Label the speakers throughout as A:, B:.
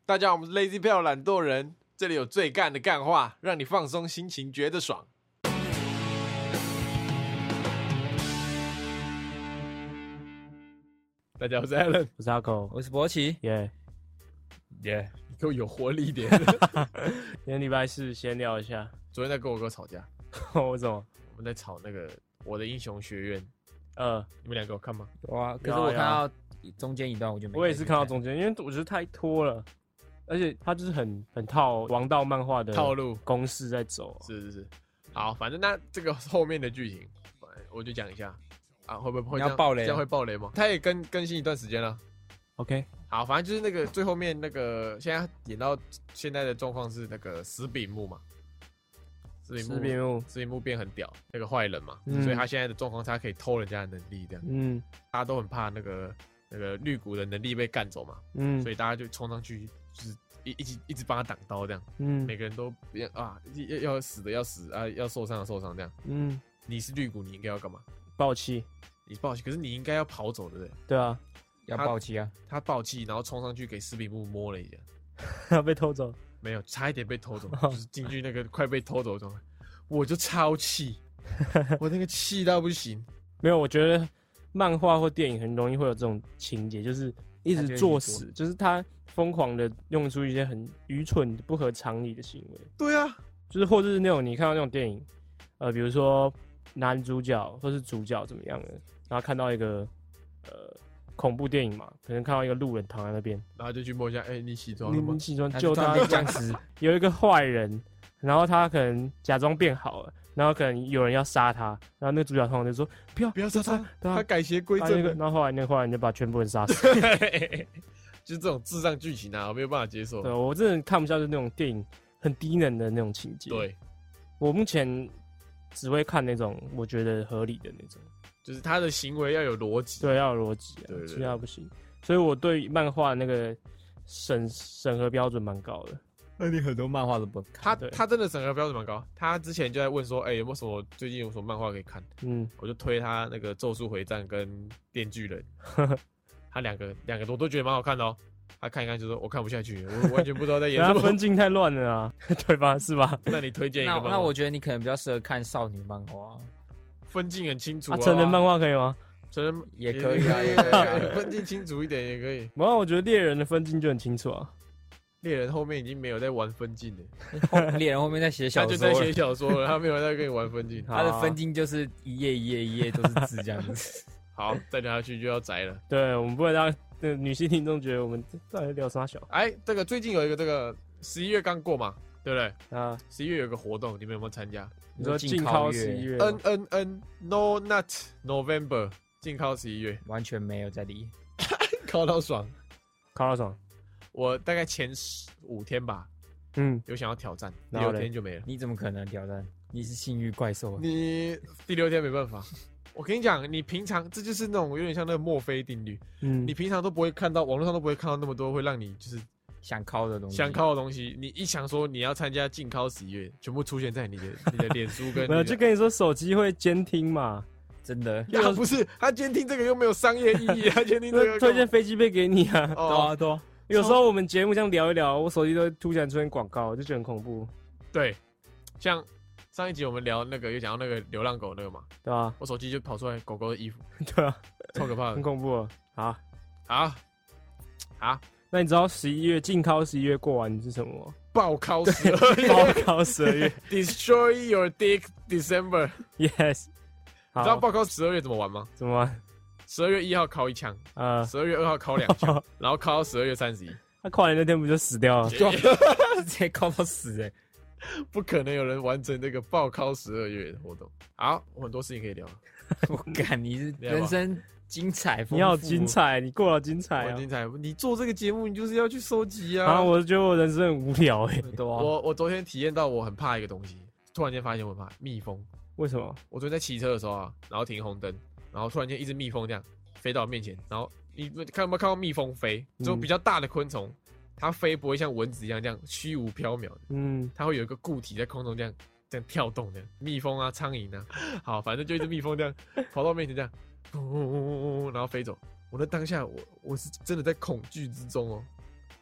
A: 大家好，我们是 Lazy Pal 懒惰人，这里有最干的干话，让你放松心情，觉得爽。大家好，我是 Alan，
B: 我是阿狗，
C: 我是博奇，
B: 耶
A: 耶，你给我有活力一点。
B: 今天礼拜四闲聊一下。
A: 昨天在跟我哥吵架，
B: 为什么？
A: 我们在吵那个我的英雄学院，你们两个有看吗？
C: 有啊，可是我看到中间一段我就没。
B: 我也是看到中间，因为我觉得太拖了，而且他就是很套王道漫画的
A: 套路
B: 公式在走。
A: 是，好，反正那这个后面的剧情，我就讲一下啊，会不会
C: 你要爆雷？
A: 这样会爆雷吗？他也更新一段时间了。
B: OK，
A: 好，反正就是那个最后面那个，现在演到现在的状况是那个石柄木嘛，石柄木变很屌，那个坏人嘛，所以他现在的状况是他可以偷人家的能力这样。大家都很怕那个绿谷的能力被干走嘛，所以大家就冲上去，就是一直帮他挡刀这样。每个人都要死的要死啊，要受伤的受伤这样。你是绿谷，你应该要干嘛？
B: 爆气，
A: 你爆气，可是你应该要跑走，对不对？
B: 对啊，
C: 要爆气啊！
A: 他爆气，然后冲上去给石柄木摸了一下，
B: 他被偷走，
A: 没有，差一点被偷走，就是进去那个快被偷走的状态，我就超气，我那个气到不行。
B: 没有，我觉得漫画或电影很容易会有这种情节，就是一直作死，就是他疯狂的用出一些很愚蠢、不合常理的行为。
A: 对啊，
B: 就是或者是那种你看到那种电影，比如说男主角或是主角怎么样的，然后看到一个恐怖电影嘛，可能看到一个路人躺在那边，
A: 然后就去摸一下，你起床了吗？
B: 你起床救他，
C: 僵尸
B: 有一个坏人，然后他可能假装变好了，然后可能有人要杀他，然后那个主角通常就说不要杀他，
A: 他改邪归正了。
B: 然后后来那个坏人就把全部人杀死。
A: 就是这种智障剧情啊，我没有办法接受。
B: 对，我真的看不下去那种电影很低能的那种情节。
A: 对，
B: 我目前只会看那种我觉得合理的那种，
A: 就是他的行为要有逻辑。
B: 对，要有逻辑，
A: 对，
B: 其他不行。所以我对漫画那个审核标准蛮高的。
C: 那你很多漫画都不看。
A: 他真的审核标准蛮高。他之前就在问说，有没有什么最近有什么漫画可以看？我就推他那个《咒术回战》跟《电锯人》，他两个我都觉得蛮好看的哦。他看一看就说我看不下去，我完全不知道在演什么。
B: 分镜太乱了啊，对吧？是吧？
A: 那你推荐一个漫画？
C: 那我觉得你可能比较适合看少女漫画，
A: 分镜很清楚啊。
B: 成人漫画可以吗？
A: 成人
C: 也可以啊，
A: 分镜清楚一点也可以。
B: 然后我觉得猎人的分镜就很清楚啊。
A: 猎人后面已经没有在玩分镜了，
C: 猎人后面在写小说，
A: 他就在写小说了，他没有在跟你玩分镜。
C: 他的分镜就是一页都是字这样子。
A: 好，再聊下去就要宅了。
B: 对，我们不能让女性听众觉得我们在聊啥小。
A: 这个最近有一个这个11月刚过嘛，对不对？
B: 啊
A: ，11月有个活动，你们有没有参加？
B: 你说禁考11月
A: ？No Nut November， 禁考11月，
C: 完全没有在理。
A: 考到爽，
B: 考到爽。
A: 我大概前5天吧，有想要挑战，第6天就没了。
C: 你怎么可能挑战？你是性欲怪兽。
A: 你第6天没办法。我跟你讲，你平常这就是那种有点像那个墨菲定律。你平常都不会看到，网络上都不会看到那么多会让你就是
C: 想考的东西。
A: 你一想说你要参加禁考11月，全部出现在你的脸书跟
B: 没有，就跟你说手机会监听嘛。
C: 真的，
A: 不是他监听这个又没有商业意义，他监听这个
B: 推荐飞机杯给你啊。
C: 对啊。
B: 有时候我们节目这样聊一聊，我手机都会突然出现广告，我就觉得很恐怖。
A: 对，像上一集我们聊那个有讲到那个流浪狗那个嘛，对吧？我手机就跑出来狗狗的衣服，
B: 对啊，
A: 超可怕的，
B: 很恐怖。好，
A: 那
B: 你知道禁考11月过完是什么吗？
A: 爆考12月，
B: 爆考12月
A: ，Destroy your dick December。
B: Yes，
A: 你知道爆考12月怎么玩吗？
B: 怎么玩
A: ？12月1号考1枪，12月2号考2枪，然后考到12月31。
B: 他跨年那天不就死掉了？
C: 直接考到死
A: 不可能有人完成这个爆考12月的活动。好，我很多事情可以聊。
C: 我干，你是人生精彩丰富，
B: 你好精彩，你过了精彩，
A: 很精彩。你做这个节目，你就是要去收集啊。
B: 我觉得我人生很无聊
A: 我昨天体验到我很怕一个东西，突然间发现我很怕蜜蜂。
B: 为什么？
A: 我昨天在骑车的时候啊，然后停红灯，然后突然间一只蜜蜂这样飞到我面前，然后你有没有看到蜜蜂飞？这种比较大的昆虫，它飞不会像蚊子一样这样虚无缥缈的，它会有一个固体在空中这样跳动的。蜜蜂啊，苍蝇啊，好，反正就一只蜜蜂这样跑到我面前这样，然后飞走。我那当下我是真的在恐惧之中哦，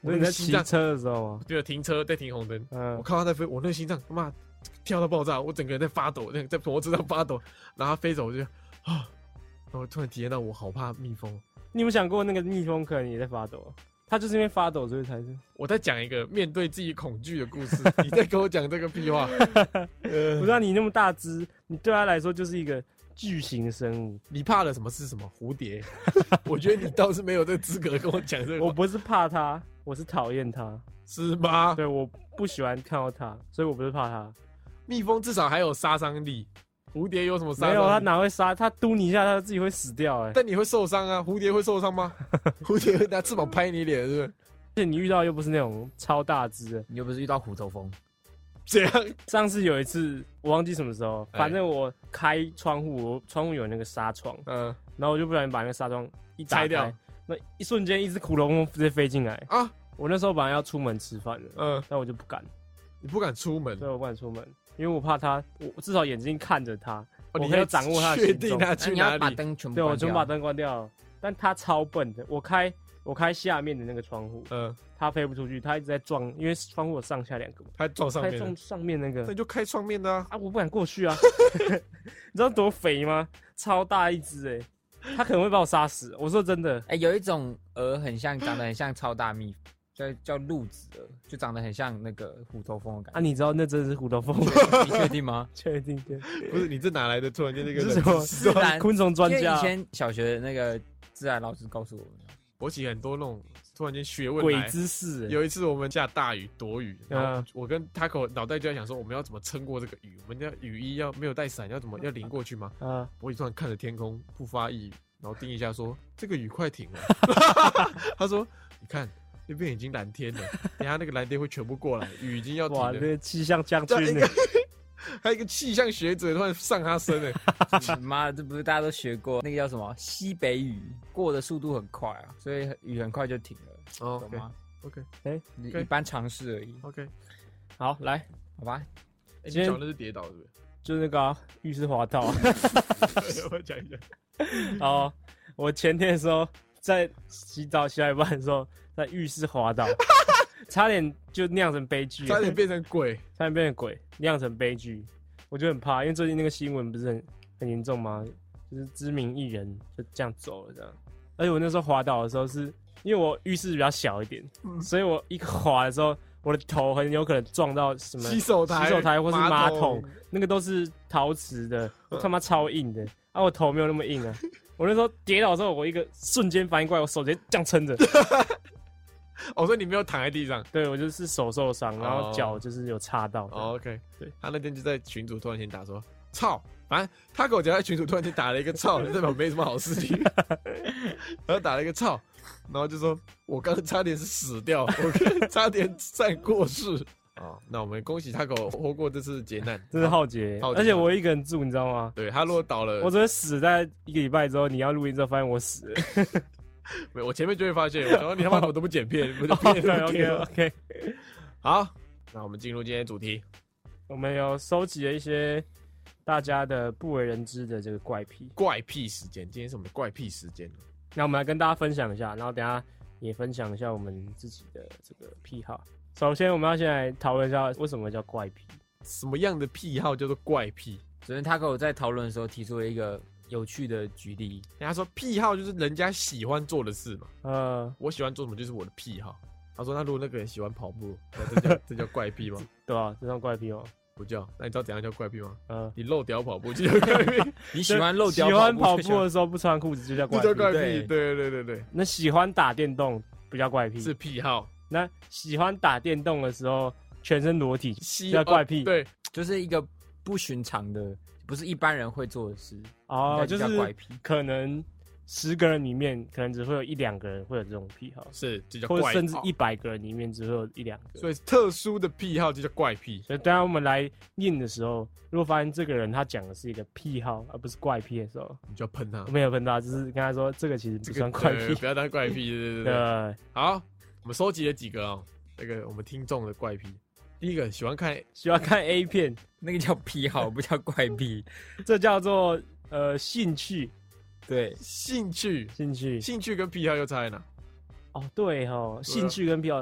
B: 你在骑车的时候吗？
A: 对，停车在停红灯，我看到它在飞，我那个心脏他妈跳到爆炸，我整个人在发抖，在摩托车上发抖，然后它飞走，我就然后我突然体验到我好怕蜜蜂。
B: 你有没有想过那个蜜蜂可能也在发抖啊？它就是因为发抖所以才是。
A: 我在讲一个面对自己恐惧的故事，你在跟我讲这个屁话。
B: 我知道你那么大只，你对它来说就是一个巨型生物。
A: 你怕的什么是什么？蝴蝶？我觉得你倒是没有这个资格跟我讲这个。
B: 我不是怕它，我是讨厌它。
A: 是吗？
B: 对，我不喜欢看到它，所以我不是怕它。
A: 蜜蜂至少还有杀伤力。蝴蝶有什么杀伤力？
B: 没有，它哪会杀？它嘟你一下，它自己会死掉。
A: 但你会受伤啊！蝴蝶会受伤吗？蝴蝶会拿翅膀拍你脸，是不是？
B: 而且你遇到又不是那种超大只的，
C: 你又不是遇到虎头蜂。
A: 这样？
B: 上次有一次，我忘记什么时候，反正我开窗户，我窗户有那个纱窗，然后我就不小心把那个纱窗一拆掉，那一瞬间一只恐龙蜂直接飞进来啊！我那时候本来要出门吃饭的，但我就不敢。
A: 你不敢出门？
B: 对，我不敢出门。因为我怕它，我至少眼睛看着它，我可以掌握它的行动。
A: 确定它去哪里？
C: 你要把灯全部关掉。
B: 对，我全部把灯关掉了。但它超笨的，我开下面的那个窗户，它飞不出去，它一直在撞，因为窗户有上下两个嘛，
A: 它撞上面，
B: 它撞上面那个，
A: 那你就开窗面的啊！
B: 我不敢过去啊！你知道多肥吗？超大一只它可能会把我杀死。我说真的，
C: 有一种蛾长得很像超大蜜蜂。叫鹿子蛾，就长得很像那个虎头蜂的感觉。
B: 你知道那真的是虎头蜂？
C: 你确定吗？
B: 确定。
A: 不是你这哪来的？突然间那个
B: 是什么
C: 自然
B: 昆虫专家？
C: 以前小学的那个自然老师告诉我们，
A: 我起很多那种突然间学问
B: 鬼知识。
A: 有一次我们下大雨躲雨，然后我跟 Taco 脑袋就在想说，我们要怎么撑过这个雨？我们要雨衣要没有带伞，要怎么要淋过去吗？我突然看着天空，不发一语，然后盯一下说：“这个雨快停了。”他说：“你看。”那边已经蓝天了，等下那个蓝天会全部过来，雨已经要停了。
B: 哇，那个气象将军
A: 还有一个气象学者突然上他身
C: 妈的，这不是大家都学过那个叫什么西北雨，过的速度很快啊，所以雨很快就停了。懂吗
A: ？OK，
C: 一般常识而已。
A: OK，
B: 好，来，
C: 好吧。
A: 你讲的是跌倒，是不是？
B: 就是那个浴室滑道。
A: 我讲一下。
B: 哦，我前天的时候在洗澡洗到一半的时候。在浴室滑倒，差点就酿成悲剧，
A: 差点变成鬼，
B: 酿成悲剧，我就很怕，因为最近那个新闻不是很严重吗？就是知名艺人就这样走了这样，而且我那时候滑倒的时候是因为我浴室比较小一点，所以我一滑的时候，我的头很有可能撞到什么
A: 洗手台
B: 或是马桶，那个都是陶瓷的，我他妈超硬的，我头没有那么硬啊，我那时候跌倒的时候，我一个瞬间反应过来，我手直接这样撑着。
A: 所以你没有躺在地上？
B: 对，我就是手受伤，然后脚就是有擦到。
A: OK， 对，他那天就在群组突然间打说“操”，反正他给我讲在群组突然间打了一个“操”，代表没什么好事情，然后打了一个“操”，然后就说我刚差点是死掉，我差点再过世。那我们恭喜他给我活过这次劫难，
B: 真是浩劫，而且我一个人住，你知道吗？
A: 对，他如果倒了，
B: 我只会死在1个礼拜之后，你要录音之后发现我死了。
A: 没有，我前面就会发现，我说你他妈怎么都不剪片，不就
B: OK，
A: 好，那我们进入今天的主题。
B: 我们有收集了一些大家的不为人知的这个怪癖
A: 时间，今天是我们的怪癖时间。
B: 那我们来跟大家分享一下，然后等一下也分享一下我们自己的这个癖好。首先，我们要先来讨论一下为什么叫怪癖，
A: 什么样的癖好叫做怪癖？
C: 昨天他跟我在讨论的时候提出了一个有趣的举例，
A: 他说癖好就是人家喜欢做的事嘛。我喜欢做什么就是我的癖好。他说，那如果那个人喜欢跑步，那这叫怪癖吗？
B: 对啊，这叫怪癖吗？
A: 不叫。那你知道怎样叫怪癖吗？你露屌跑步就叫怪癖。
C: 你喜欢露屌
B: 喜欢跑步的时候不穿裤子就叫怪癖。
A: 对。
B: 那喜欢打电动不叫怪癖，
A: 是癖好。
B: 那喜欢打电动的时候全身裸体叫怪癖。
A: 对，
C: 就是一个不寻常的。不是一般人会做的事
B: 就是
C: 怪癖。
B: 可能10个人里面，可能只会有1-2个人会有这种癖好，
A: 是这叫怪癖，
B: 或者甚至100个人里面只会有1-2个。
A: 所以特殊的癖好就叫怪癖。
B: 所以当我们来念的时候，如果发现这个人他讲的是一个癖好，而不是怪癖的时候，
A: 你就要喷他。
B: 我没有喷他，就是跟他说这个其实不算怪癖，
A: 不要当怪癖。对。好，我们收集了几个那个我们听众的怪癖。第一个喜欢看
B: A 片，
C: 那个叫癖好，不叫怪癖，
B: 这叫做兴趣。
C: 对，
A: 兴趣跟癖好又差在哪？
B: 对兴趣跟癖好，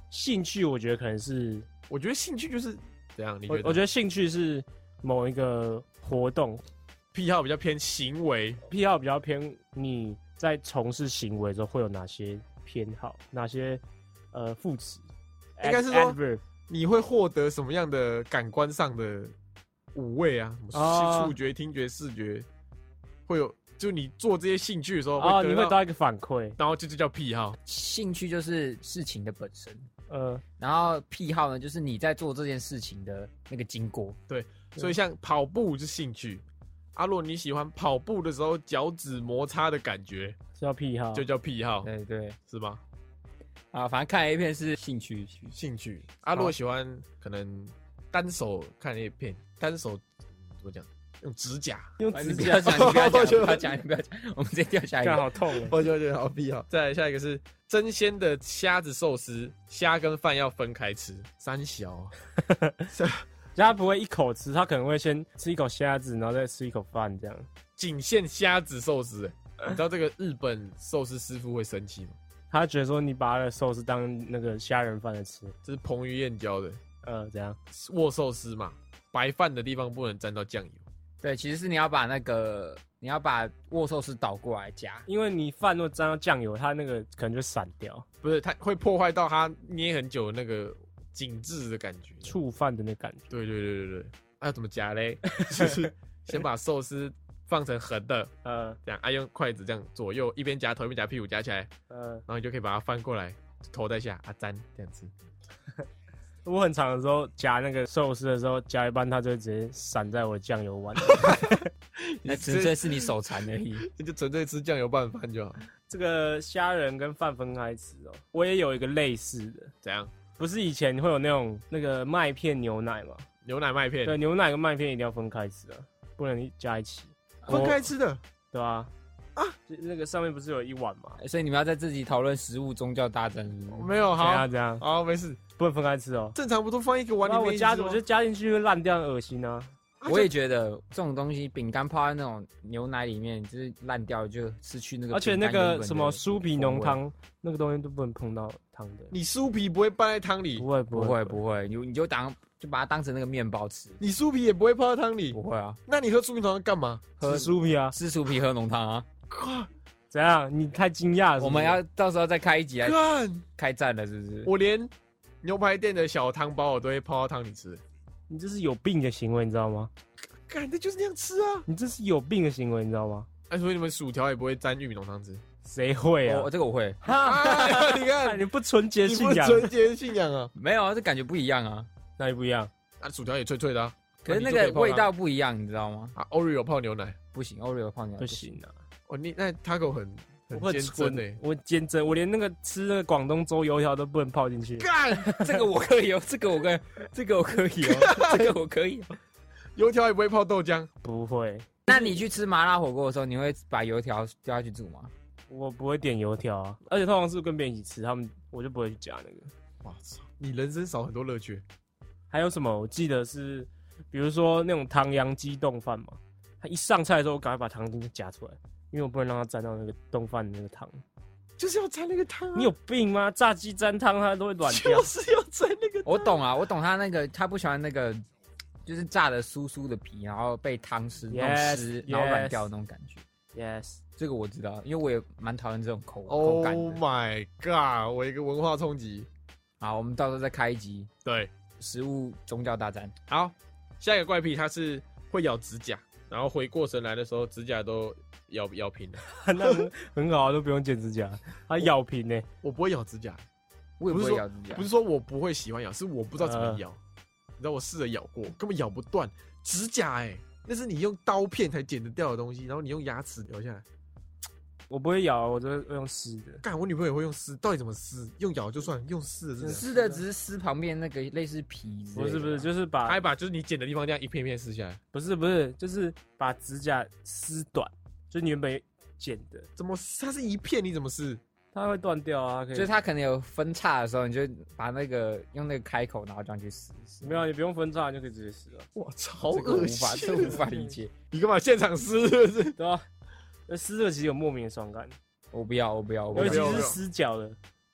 B: 兴趣我觉得可能是，
A: 我觉得兴趣就是怎样？你觉得？
B: 我觉得兴趣是某一个活动，
A: 癖好比较偏行为，
B: 癖好比较偏你在从事行为的时候会有哪些偏好，哪些副词？
A: 应该是说你会获得什么样的感官上的五味啊？触觉、听觉、视觉，会有。就你做这些兴趣的时候，
B: 你会得到一个反馈，
A: 然后这就叫癖好。
C: 兴趣就是事情的本身，然后癖好呢，就是你在做这件事情的那个经过。
A: 对，所以像跑步是兴趣，如果你喜欢跑步的时候脚趾摩擦的感觉，
B: 叫癖好，
A: 就叫癖好。
C: 对对，
A: 是吧？
C: 反正看 A 片是兴趣。
A: 如果喜欢可能单手看 A 片，单手怎么讲？用指甲，
C: 你不要讲，我们直接跳下一个。
B: 好痛哦！
A: 我觉得好屁好。再来下一个是真鲜的虾子寿司，虾跟饭要分开吃。三小，
B: 他不会一口吃，他可能会先吃一口虾子，然后再吃一口饭，这样。
A: 仅限虾子寿司，你知道这个日本寿司师傅会生气吗？
B: 他觉得说你把他的寿司当那个虾仁饭来吃，
A: 这是彭于晏教的。
B: 怎样？
A: 握寿司嘛，白饭的地方不能沾到酱油。
C: 对，其实是你要把握寿司倒过来夹，
B: 因为你饭如果沾到酱油，它那个可能就散掉。
A: 不是，它会破坏到它捏很久的那个紧致的感觉，
B: 触饭的那感觉。
A: 对。要怎么夹嘞？就是先把寿司放成横的，这样用筷子这样左右一边夹头一边夹屁股夹起来，然后你就可以把它翻过来，头在下沾这样吃。
B: 我很长的时候夹那个寿司的时候，夹一半它就会直接散在我酱油碗。
C: 那纯粹是你手残而已，
A: 你就纯粹吃酱油拌饭就好。
B: 这个虾仁跟饭分开吃哦。我也有一个类似的，
A: 怎样？
B: 不是以前会有那种那个麦片牛奶吗？
A: 牛奶麦片，
B: 对，牛奶跟麦片一定要分开吃啊，不能加一起。
A: 分开吃的，
B: 对啊。那个上面不是有一碗吗？
C: 所以你们要在自己讨论食物宗教大战是不是？
A: 没有，好，
B: 这样，
A: 好，没事，
B: 不能分开吃哦。
A: 正常不都放一个碗里面？
B: 我就加进去会烂掉，很恶心啊。
C: 我也觉得这种东西，饼干泡在那种牛奶里面，就是烂掉就失去那个。
B: 而且那个什么酥皮浓汤，那个东西都不能碰到汤的。
A: 你酥皮不会拌在汤里？
B: 不会，
C: 你就把它当成那个面包吃。
A: 你酥皮也不会泡在汤里？
C: 不会啊。
A: 那你喝酥皮浓汤干嘛？
B: 喝酥皮啊，
C: 吃酥皮喝浓汤啊。
B: 怎样？你太惊讶了。
C: 我们要到时候再开一集来开战了，是不是？
A: 我连牛排店的小汤包我都会泡到汤里吃。
B: 你这是有病的行为，你知道吗？
A: 干的就是那样吃啊！
B: 你这是有病的行为，你知道吗？
A: 所以你们薯条也不会沾玉米浓汤吃？
B: 谁会啊？
C: 这个我会。
A: 你看，
B: 你不纯洁信仰，
A: 你不纯洁信仰啊？
C: 没有啊，这感觉不一样啊。
B: 哪里不一样？
A: 薯条也脆脆的啊，
C: 可是那个味道不一样，你知道吗
A: ？Oreo 泡牛奶
C: 不行，Oreo 泡牛奶
B: 不行啊！
A: 那 Taco 很坚贞欸，
B: 我坚贞，我连那个吃那个广东粥油条都不能泡进去。
A: 干，
C: 这个我可以哦，这个我可以哦，这个我可以哦。
A: 油条也不会泡豆浆？
B: 不会。
C: 那你去吃麻辣火锅的时候，你会把油条丢下去煮吗？
B: 我不会点油条啊，而且通常是跟别人一起吃，我就不会去夹那个。
A: 哇操，你人生少很多乐趣。
B: 还有什么？我记得是，比如说那种唐扬鸡冻饭嘛，他一上菜的时候，我赶快把糖精夹出来，因为我不能让它沾到那个冻饭的那个汤。
A: 就是要沾那个汤啊！
B: 你有病吗？炸鸡沾汤它都会软掉。
A: 就是要沾那个汤。
C: 我懂啊，我懂他那个，他不喜欢那个，就是炸的酥酥的皮，然后被汤湿弄湿，然后软掉的那种感觉。
B: Yes，
C: 这个我知道，因为我也蛮讨厌这种口感的。
A: Oh my god！ 我一个文化冲击。
C: 好，我们到时候再开一集。
A: 对，
C: 食物宗教大战。
A: 好，下一个怪癖，它是会咬指甲，然后回过神来的时候，指甲都咬平了。
B: 那很好啊，都不用剪指甲，它咬平呢。
A: 我不会咬指甲，
C: 我也不会咬指甲。
A: 不是说我不会喜欢咬，是我不知道怎么咬。你知道我试着咬过，根本咬不断。指甲那是你用刀片才剪得掉的东西，然后你用牙齿咬下来。
B: 我不会咬，我就会用撕的。
A: 干，我女朋友也会用撕，到底怎么撕？用咬就算，用撕的是
C: 撕的只是撕旁边那个类似皮。
B: 不是，就是把
A: 就是你剪的地方这样一片片撕下来。
B: 不是，就是把指甲撕短，就你原本剪的。
A: 怎么？它是一片，你怎么撕？
B: 它会断掉啊，
C: 就是它可能有分叉的时候，你就把那个用那个开口，然后这样去撕。
B: 没有，你不用分叉，你就可以直接撕了。
A: 哇操，恶心，
C: 这无法理解。
A: 你干嘛现场撕？是不是？
B: 对啊，那撕的其实有莫名的爽感。
C: 我不要，
B: 尤其是撕脚的。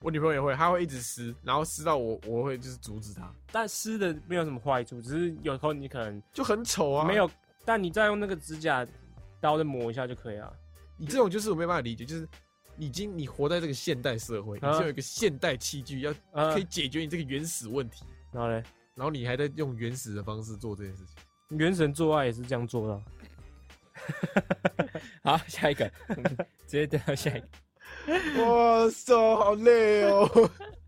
A: 我女朋友也会，她会一直撕，然后撕到我会就是阻止她。
B: 但撕的没有什么坏处，只是有时候你可能
A: 就很丑啊。
B: 没有，但你再用那个指甲刀再磨一下就可以了。
A: 你这种就是我没办法理解，就是你活在这个现代社会，你是有一个现代器具要可以解决你这个原始问题，
B: 然后嘞，
A: 然后你还在用原始的方式做这件事情。
B: 原神做爱也是这样做的。
C: 好，下一个，直接掉到下一个。
A: 哇手好累哦。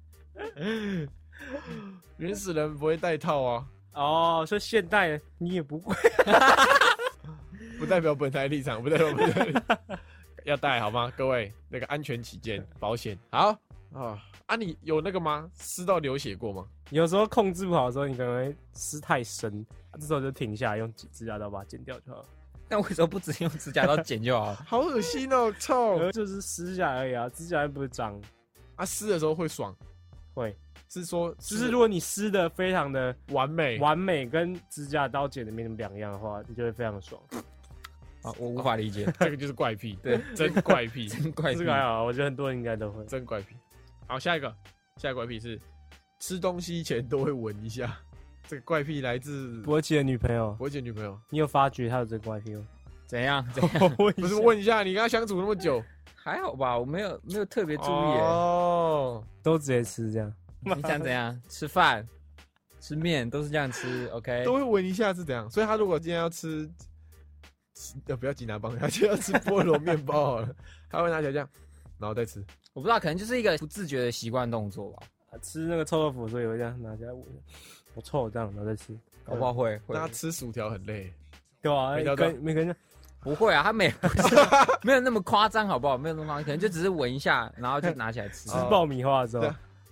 A: 原始人不会戴套啊。
B: 哦，所以现代你也不会。
A: 不代表本台立场，不代表本台立场。要戴好吗？各位，那个安全起见，保险好啊。你有那个吗？撕到流血过吗？
B: 有时候控制不好的时候，你可能会撕太深，这时候就停下来，用指甲刀把它剪掉就好了。
C: 但为什么不直接用指甲刀剪就好了？
A: 好恶心哦，臭！
B: 就是撕下来而已啊，指甲又不是脏。
A: 啊，撕的时候会爽，
B: 会
A: 是说，
B: 就是如果你撕的非常的
A: 完美，
B: 跟指甲刀剪的没什么两样的话，你就会非常的爽。
C: 啊，我无法理解，
A: 这个就是怪癖，
C: 对，
A: 真怪癖，
C: 真怪癖。
B: 这个还好，我觉得很多人应该都会。
A: 真怪癖。好，下一个怪癖是吃东西前都会闻一下。这个怪癖来自
B: 博奇的女朋友。
A: 博奇的女朋友，
B: 你有发觉她有这个怪癖吗？
C: 怎样？
A: 不是问一下，你跟他相处那么久，
C: 还好吧？我没有特别注意
A: 哦，
B: 都直接吃这样。
C: 你想怎样？吃饭、吃面都是这样吃 ，OK？
A: 都会闻一下是怎样？所以他如果今天要吃，不要吉拿棒，他就要吃菠萝面包好了，他会拿起来这样，然后再吃。
C: 我不知道，可能就是一个不自觉的习惯动作吧。
B: 吃那个臭豆腐的时候也会这样拿起来闻，我臭这样，然后再吃。
C: 搞不好会。
A: 那他吃薯条很累，
B: 对啊，每个人
C: 不会啊，他没有那么夸张，好不好？没有那么夸张，可能就只是闻一下，然后就拿起来吃。
B: 吃爆米花的时候，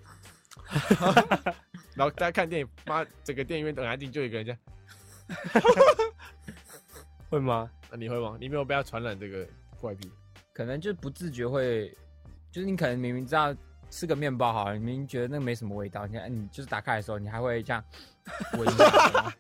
A: 然后大家看电影，妈，整个电影院等安静，就有一个人这样，
B: 会吗？
A: 那你会吗？你没有被他传染这个怪癖？
C: 可能就不自觉会，就是你可能明明知道吃个面包好了，你明明觉得那个没什么味道，你就是打开的时候，你还会这样闻一下。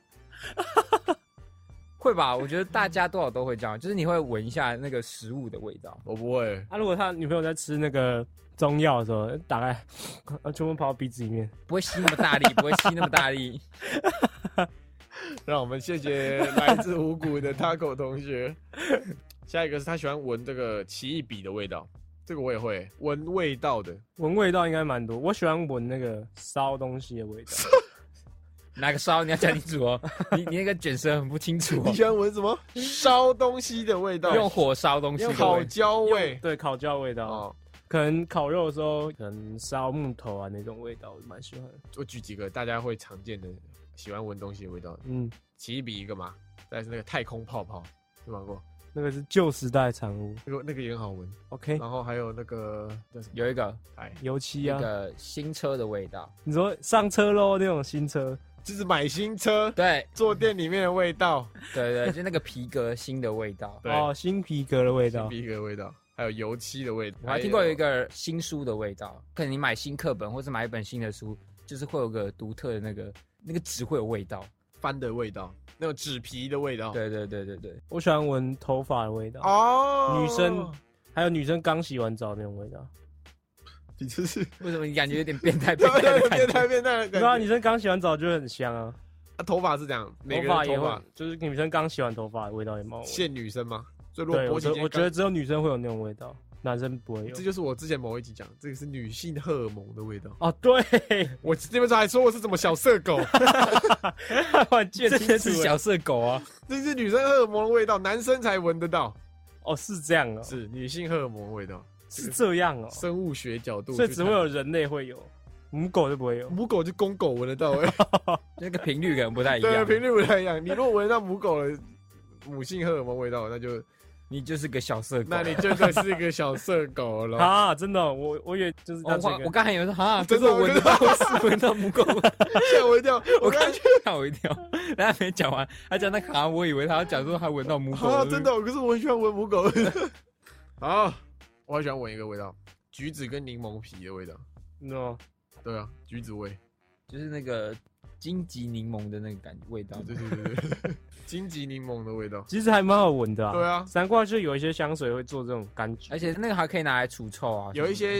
C: 会吧？我觉得大家多少都会这样，就是你会闻一下那个食物的味道。
A: 我不会。
B: 如果他女朋友在吃那个中药的时候，打开，全部跑到鼻子里面，
C: 不会吸那么大力，不会吸那么大力。
A: 让我们谢谢来自五谷的 Taco 同学。下一个是他喜欢闻这个奇异笔的味道，这个我也会闻味道的。
B: 闻味道应该蛮多，我喜欢闻那个烧东西的味道。
C: 哪个烧？你要讲清楚哦。你那个卷舌很不清楚哦。
A: 你喜欢闻什么？烧东西的味道，
C: 用火烧东西的味道，
A: 烤焦味。
B: 对，烤焦味道。哦，可能烤肉的时候，可能烧木头啊那种味道，我蛮喜欢的。
A: 我举几个大家会常见的喜欢闻东西的味道。奇异笔一个嘛，再是那个太空泡泡，有玩过？
B: 那个是旧时代产物，
A: 那个也很好闻。
B: OK，
A: 然后还有那个
C: 有一个
B: 油漆啊，
C: 那个新车的味道。
B: 你说上车咯那种新车，
A: 就是买新车，
C: 对，
A: 坐店里面的味道，
C: 对，就那个皮革新的味道。
B: 哦，新皮革的味道，
A: 新皮革的味道，还有油漆的味道。
C: 我还听过有一个新书的味道，可能你买新课本或是买一本新的书，就是会有个独特的那个纸会有味道，
A: 翻的味道。那种纸皮的味道，
C: 对，
B: 我喜欢闻头发的味道
A: 哦，
B: 女生还有女生刚洗完澡那种味道。
A: 你这是
C: 为什么你感觉有点变态？
A: 变态的感觉。
B: 对啊，女生刚洗完澡就很香啊。
A: 头发是这样，
B: 头发也会，就是女生刚洗完头发的味道也蛮好闻。
A: 限女生吗？所以如果
B: 我觉得只有女生会有那种味道。男生不会有，
A: 这就是我之前某一集讲，这个是女性荷尔蒙的味道。
B: 哦，对，
A: 我那边还说我是什么小色狗，
C: 这些是小色狗啊，
A: 这是女生荷尔蒙的味道，男生才闻得到。
B: 哦，是这样哦，
A: 是女性荷尔蒙的味道，
B: 是这样哦，
A: 生物学角度，
B: 所以只会有人类会有，母狗就不会有，
A: 母狗就公狗闻得到，
C: 那个频率可能不太一样，
A: 对，频率不太一样。你如果闻到母狗的母性荷尔蒙味道，那就。
C: 你就是个小色狗，
A: 那你真的是一个小色狗了
B: 啊！真的，我以为就是
C: 我刚才以为说啊，
A: 真的
C: 我闻到是闻到母狗，
A: 吓我一跳，
C: 我刚才吓我一跳，他还没讲完，他讲那卡，我以为他要讲说他闻到母狗
A: 啊，真的，可是我很喜欢闻母狗。好，我很喜欢闻一个味道，橘子跟柠檬皮的味道。对啊，橘子味，
C: 就是那个荆棘柠檬的那个味道。
A: 对，荆棘柠檬的味道，
B: 其实还蛮好闻的啊。
A: 对啊，
B: 难怪就有一些香水会做这种柑橘，
C: 而且那个还可以拿来除臭啊。
A: 有一些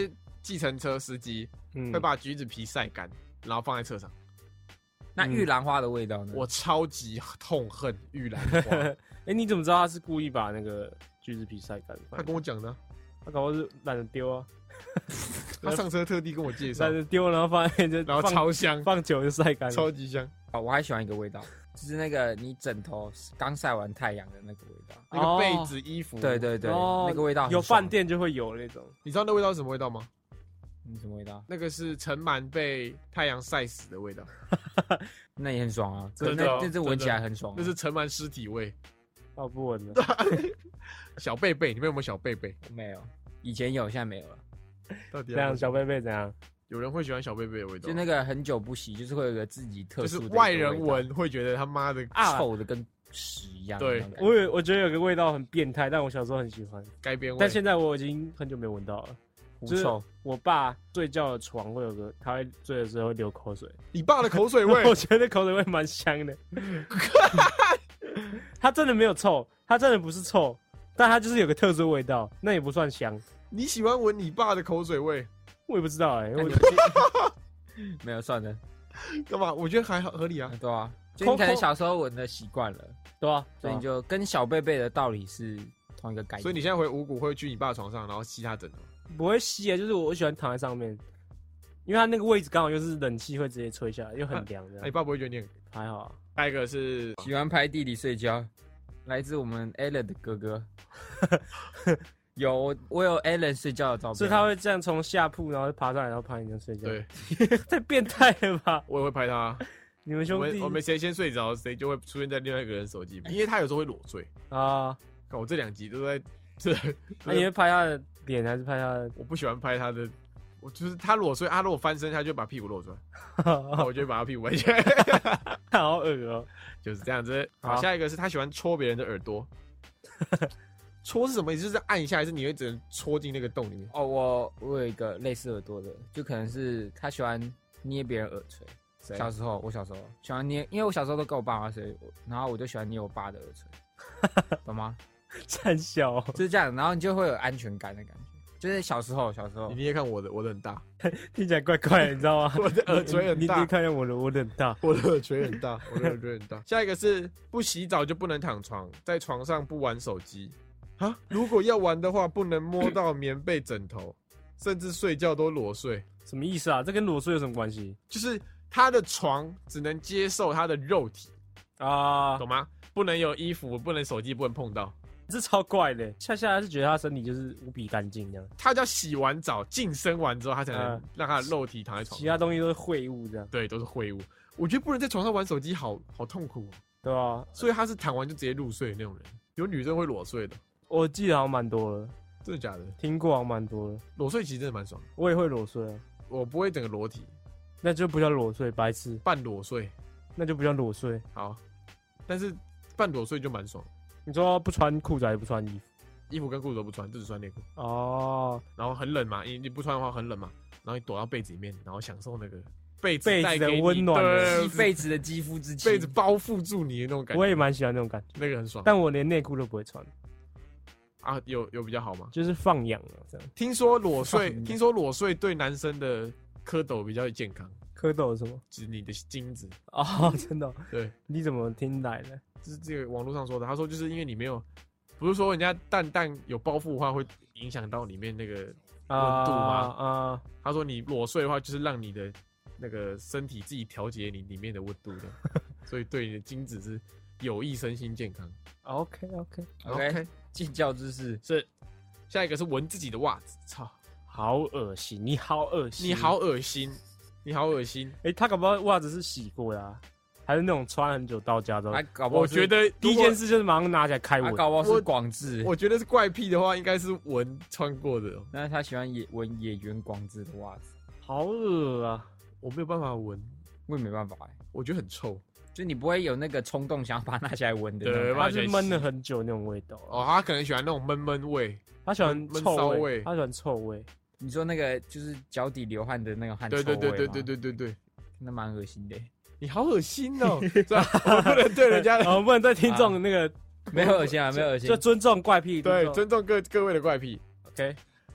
A: 计程车司机会把橘子皮晒干，然后放在车上。
C: 那玉兰花的味道呢？
A: 我超级痛恨玉兰花。
B: 你怎么知道他是故意把那个橘子皮晒干？
A: 他跟我讲的。
B: 他搞不好是懒得丢啊。
A: 他上车特地跟我介绍，
B: 懒得丢，然后放在这，
A: 然后超香，
B: 放久就晒干，
A: 超级香。
C: 我还喜欢一个味道，就是那个你枕头刚晒完太阳的那个味道，
A: 那个被子、衣服。
C: 对，那个味道
B: 有饭店就会有那种。
A: 你知道那味道是什么味道吗？
C: 什么味道？
A: 那个是尘螨被太阳晒死的味道。
C: 那也很爽啊，这闻起来很爽。
A: 那是尘螨尸体味。
B: 不闻了。
A: 小贝贝，你们有没有小贝贝？
C: 没有，以前有，现在没有了。
A: 到底
B: 这样小贝贝怎样？
A: 有人会喜欢小贝贝的味道，
C: 就那个很久不洗，就是会有一个自己特殊的，
A: 就是外人闻会觉得他妈的
C: 臭的跟屎一样。
A: 对，
B: 我觉得有个味道很变态，但我小时候很喜欢
A: 该边味，
B: 但现在我已经很久没有闻到了。就是我爸睡觉的床会有个，他会睡的时候会流口水。
A: 你爸的口水味？
B: 我觉得口水味蛮香的。他真的没有臭，他真的不是臭，但他就是有个特殊味道，那也不算香。
A: 你喜欢闻你爸的口水味？
B: 我也不知道
C: 没有算了，
A: 干嘛？我觉得还合理啊。
C: 对啊，就你可能小时候闻的习惯了，
B: 对啊，
C: 所以你就跟小贝贝的道理是同一个概念。
A: 所以你现在回五谷会去你爸床上，然后吸他枕头？
B: 不会吸啊，就是我喜欢躺在上面，因为他那个位置刚好就是冷气会直接吹下来，又很凉的。
A: 你爸不会觉得你
B: 还好啊？
A: 下一个是
C: 喜欢拍地里睡觉，来自我们 Alan 的哥哥。我有 Alan 睡觉的照片，
B: 所以他会这样从下铺然后爬上来，然后拍你这睡觉。
A: 对，
B: 太变态了吧？
A: 我也会拍他。
B: 你们兄弟，
A: 我们谁先睡着，谁就会出现在另外一个人手机里面，因为他有时候会裸睡
B: 啊。
A: 我这2集都在
B: 那你会拍他的脸还是拍他的？
A: 我不喜欢拍他的，我就是他裸睡，他如果翻身，他就把屁股露出来，我就把他屁股围起来。
B: 好恶哦，
A: 就是这样子。好，下一个是他喜欢戳别人的耳朵。戳是什么意思？就是按一下，还是你会只能戳进那个洞里面？
C: 我有一个类似耳朵的，就可能是他喜欢捏别人耳垂。我小时候喜欢捏，因为我小时候都跟我爸妈睡，然后我就喜欢捏我爸的耳垂，懂吗？
B: 太小，
C: 就是这样，然后你就会有安全感的感觉。就是小时候，
A: 你捏看我的很大，
B: 听起来怪怪的，你知道吗？
A: 我的耳垂很大，
B: 你看看我的很大，
A: 我的耳垂很大，我的耳垂很大。下一个是不洗澡就不能躺床，在床上不玩手机啊。如果要玩的话，不能摸到棉被、枕头，甚至睡觉都裸睡。
B: 什么意思啊？这跟裸睡有什么关系？
A: 就是他的床只能接受他的肉体啊，懂吗？不能有衣服，不能手机，不能碰到。
B: 这超怪的，恰恰是觉得他身体就是无比干净这样。
A: 他叫洗完澡、净身完之后，他才能让他的肉体躺在床上。
B: 其他东西都是秽物这样。
A: 对，都是秽物。我觉得不能在床上玩手机，好痛苦哦。
B: 对啊，
A: 所以他是躺完就直接入睡的那种人。有女生会裸睡的，
B: 我记得好像蛮多了。
A: 真的假的？
B: 听过好像蛮多的。
A: 裸睡其实真的蛮爽。
B: 我也会裸睡啊。
A: 我不会整个裸体，
B: 那就不叫裸睡，白痴。
A: 半裸睡，
B: 那就不叫裸睡。
A: 好，但是半裸睡就蛮爽。
B: 你说不穿裤子还是不穿衣服？
A: 衣服跟裤子都不穿，就只穿内裤。
B: 哦。
A: 然后很冷嘛，你不穿的话很冷嘛，然后你躲到被子里面，然后享受那个被子
B: 的温暖的
C: 被子的肌肤之亲，
A: 被子包覆住你的那种感觉。
B: 我也蛮喜欢那种感觉，
A: 那个很爽。
B: 但我连内裤都不会穿。
A: 啊，有比较好吗？
B: 就是放养了这样。
A: 听说裸睡对男生的蝌蚪比较健康。
B: 蝌蚪是什么？
A: 指你的精子。
B: 哦，真的。
A: 对。
B: 你怎么听来的？
A: 就是这个网络上说的。他说就是因为你没有，不是说人家蛋有包覆的话会影响到里面那个温度吗？他说你裸睡的话就是让你的那个身体自己调节你里面的温度的，所以对你的精子是有益身心健康。
B: OK，
C: 进教知识
A: 是。下一个是闻自己的袜子，操，
B: 好恶心！你好恶心！
A: 你好恶心！你好恶心！
B: 他搞不好袜子是洗过的啊。还是那种穿很久到家之后，
A: 我觉得
B: 第一件事就是马上拿起来开闻。
C: 搞不好是广志。
A: 我觉得是怪癖的话，应该是闻穿过的。
C: 那他喜欢闻野原广志的袜子，
B: 好恶啊！
A: 我没有办法闻，
C: 我也没办法
A: 我觉得很臭，
C: 就你不会有那个冲动想要把它拿起来闻的。
A: 对，
B: 他是闷了很久那种味道。
A: 哦，他可能喜欢那种闷味，
B: 他喜欢臭
A: 味，
B: 他喜欢臭味。
C: 你说那个就是脚底流汗的那个汗臭味吗？
A: 对，
C: 那蛮恶心的。
A: 你好恶心哦！我不能对人家，
B: 我不能对听众那个
C: 没有恶心啊，没有恶心，
B: 就尊重怪癖，
A: 对，尊重各位的怪癖。
B: OK，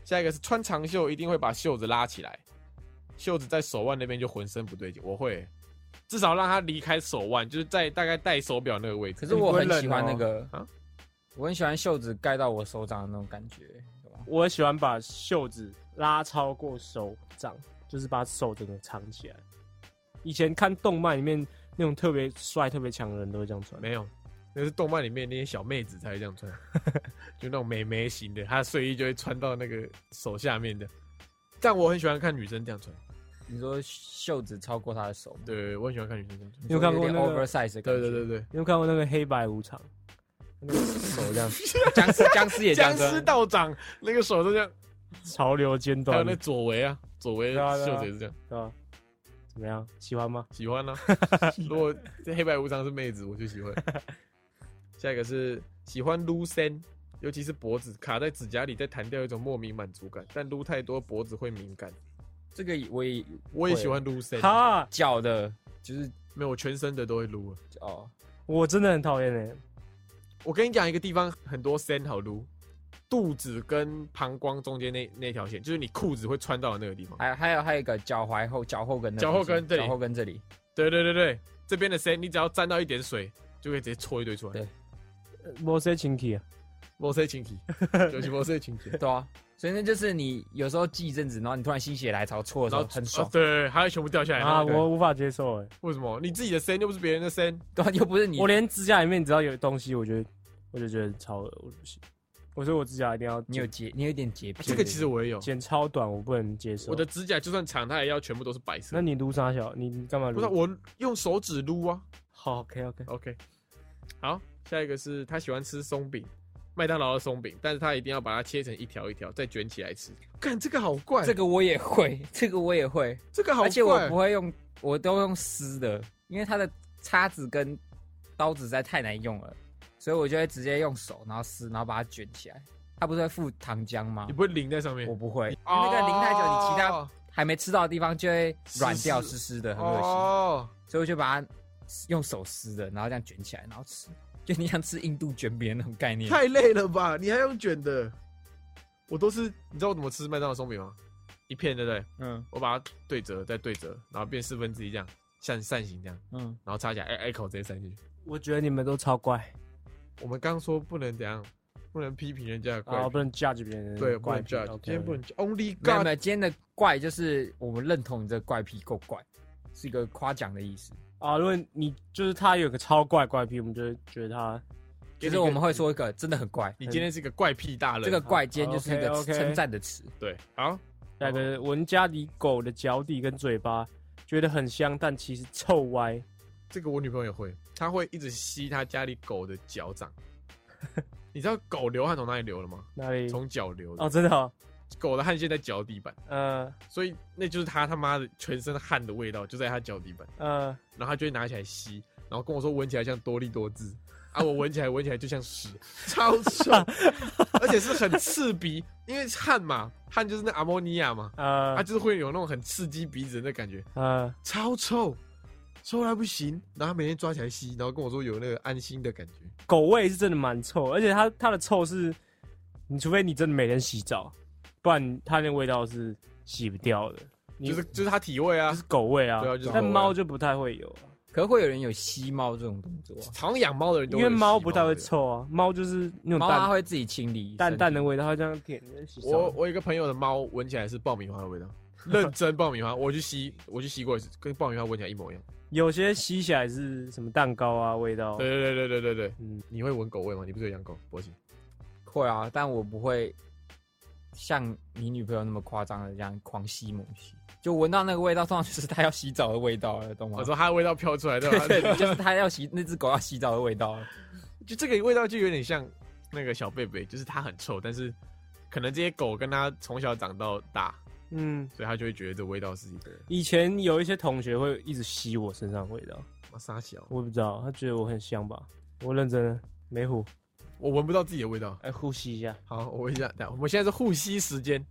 A: 下一个是穿长袖一定会把袖子拉起来，袖子在手腕那边就浑身不对劲。我会，至少让它离开手腕，就是在大概戴手表那个位置。
C: 可是我很喜欢那个
A: 啊，
C: 我很喜欢袖子盖到我手掌的那种感觉。
B: 我很喜欢把袖子拉超过手掌，就是把手整个藏起来。以前看动漫里面那种特别帅、特别强的人都会这样穿。
A: 没有，那是动漫里面那些小妹子才会这样穿，就那种美眉型的，她的睡衣就会穿到那个手下面的。但我很喜欢看女生这样穿。
C: 你说袖子超过她的手吗？
A: 对，我很喜欢看女生这样穿。
C: 你有看过那个 oversize 的感觉？
A: 对，
B: 你有看过那个黑白无常？那个手这样，
C: 僵尸也这样，
A: 僵尸道长那个手都这样，
B: 潮流尖端。
A: 还有那左围啊，左围袖子也是这样，
B: 对吧？怎么样？喜欢吗？
A: 喜欢啊。如果这黑白无常是妹子，我就喜欢。下一个是喜欢撸身，尤其是脖子卡在指甲里，再弹掉一种莫名满足感，但撸太多脖子会敏感。
C: 这个我
A: 也喜欢撸身，
B: 哈，
C: 脚的，就是
A: 没有，我全身的都会撸。
C: 哦，
B: 我真的很讨厌欸。
A: 我跟你讲一个地方很多身好撸，肚子跟膀胱中间那条线，就是你裤子会穿到的那个地方。
C: 还有一个脚踝后脚后跟这里。
A: 对，这边的身你只要沾到一点水，就可以直接搓一堆出来。
C: 对，
B: 没谁清气啊，
A: 没谁清气，就是没谁清气。
C: 对啊，所以那就是你有时候记一阵子，然后你突然心血来潮搓的时候很爽。
A: 对，还会全部掉下来
B: 啊！我无法接受哎。
A: 为什么？你自己的身又不是别人的身，
C: 对啊，又不是你。
B: 我连指甲里面只要有东西，我就觉得超恶，我不行。我说我指甲一定要，
C: 你有一点洁癖。
A: 这个其实我也有，
B: 剪超短我不能接受。
A: 我的指甲就算长，它也要全部都是白色。
B: 那你撸啥小？你干嘛撸？
A: 不是我用手指撸啊。
B: 好 ，OK。
A: 好，下一个是他喜欢吃松饼，麦当劳的松饼，但是他一定要把它切成一条一条，再卷起来吃。干，这个好怪。
C: 这个我也会，这个
A: 好怪。
C: 而且我不会用，我都用撕的，因为它的叉子跟刀子实在太难用了。所以我就会直接用手，然后撕，然后把它卷起来。它不是会附糖浆吗？
A: 你不会淋在上面？
C: 我不会，因为那个淋太久，你其他还没吃到的地方就会软掉、湿湿的，很恶心。所以我就把它用手撕的，然后这样卷起来，然后吃，就你像吃印度卷饼那种概念。
A: 太累了吧？你还用卷的？我都是，你知道我怎么吃麦当劳松饼吗？一片，对不对？嗯。我把它对折，再对折，然后变1/4这样，像扇形这样。嗯。然后插起来，一口直接塞进去。
B: 我觉得你们都超怪。
A: 我们刚说不能怎样，不能批评人家的怪，
B: 不能 judge 别人。
A: 对，不能 judge。今天不能 only
C: God。没有，今天的怪就是我们认同你这个怪癖够怪，是一个夸奖的意思
B: 啊。如果你就是他有个超怪癖，我们就会觉得他，
C: 就是我们会说一个真的很怪。
A: 你今天是一个怪癖大人，
C: 这个怪今天就是一个称赞的词。
A: 对，好，
B: 下一个闻家里狗的脚底跟嘴巴，觉得很香，但其实臭歪。
A: 这个我女朋友也会，她会一直吸她家里狗的脚掌。你知道狗流汗从哪里流了吗？
B: 哪里？
A: 从脚流的。
B: 哦，真的哦。
A: 狗的汗腺在脚底板。所以那就是他妈的全身汗的味道，就在他脚底板。然后他就会拿起来吸，然后跟我说闻起来像多利多汁啊，我闻起来就像屎，超臭，而且是很刺鼻，因为汗嘛，汗就是那阿莫尼亚嘛，它就是会有那种很刺激鼻子的感觉，超臭。臭到不行，然后他每天抓起来吸，然后跟我说有那个安心的感觉。
B: 狗味是真的蛮臭，而且它的臭是，你除非你真的每天洗澡，不然它那个味道是洗不掉的。
A: 就是它体味啊，
B: 就是狗味啊。
A: 对啊，就是
B: 但猫就不太会有啊。
C: 可是会有人有吸猫这种动作啊？
A: 好像养猫的人都
B: 因为猫不太会臭啊，猫就是那种
C: 猫它会自己清理
B: 淡淡的味道，它这样舔洗手。
A: 我有一个朋友的猫闻起来是爆米花的味道，认真爆米花，我去吸过一次，跟爆米花闻起来一模一样。
B: 有些吸起来是什么蛋糕啊味道？
A: 对。你会闻狗味吗？你不是有养狗？博奇
C: 会啊，但我不会像你女朋友那么夸张的这样狂吸猛吸。就闻到那个味道，通常就是他要洗澡的味道了，懂吗？
A: 我说他的味道飘出来，对吧？
C: 对，就是他要那只狗要洗澡的味道了。
A: 就这个味道就有点像那个小贝贝，就是它很臭，但是可能这些狗跟它从小长到大。所以他就会觉得这味道是一个。
B: 以前有一些同学会一直吸我身上的味道，
A: 傻小，
B: 我不知道，他觉得我很香吧？我认真的，没唬，
A: 我闻不到自己的味道。
B: 呼吸一下。
A: 好，我闻一下。我们现在是呼吸时间。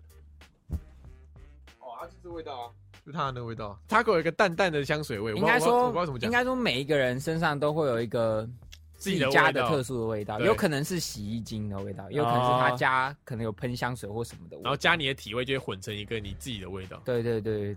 A: 它就是味道啊，就它的那个味道。它给我一个淡淡的香水味。
C: 应该说，
A: 我不知道怎么讲。
C: 应该说每一个人身上都会有一个
A: 自己的
C: 家的特殊的味道，有可能是洗衣精的味道，有可能是他家可能有喷香水或什么的味道，
A: 然后加你的体味就会混成一个你自己的味道。
C: 对。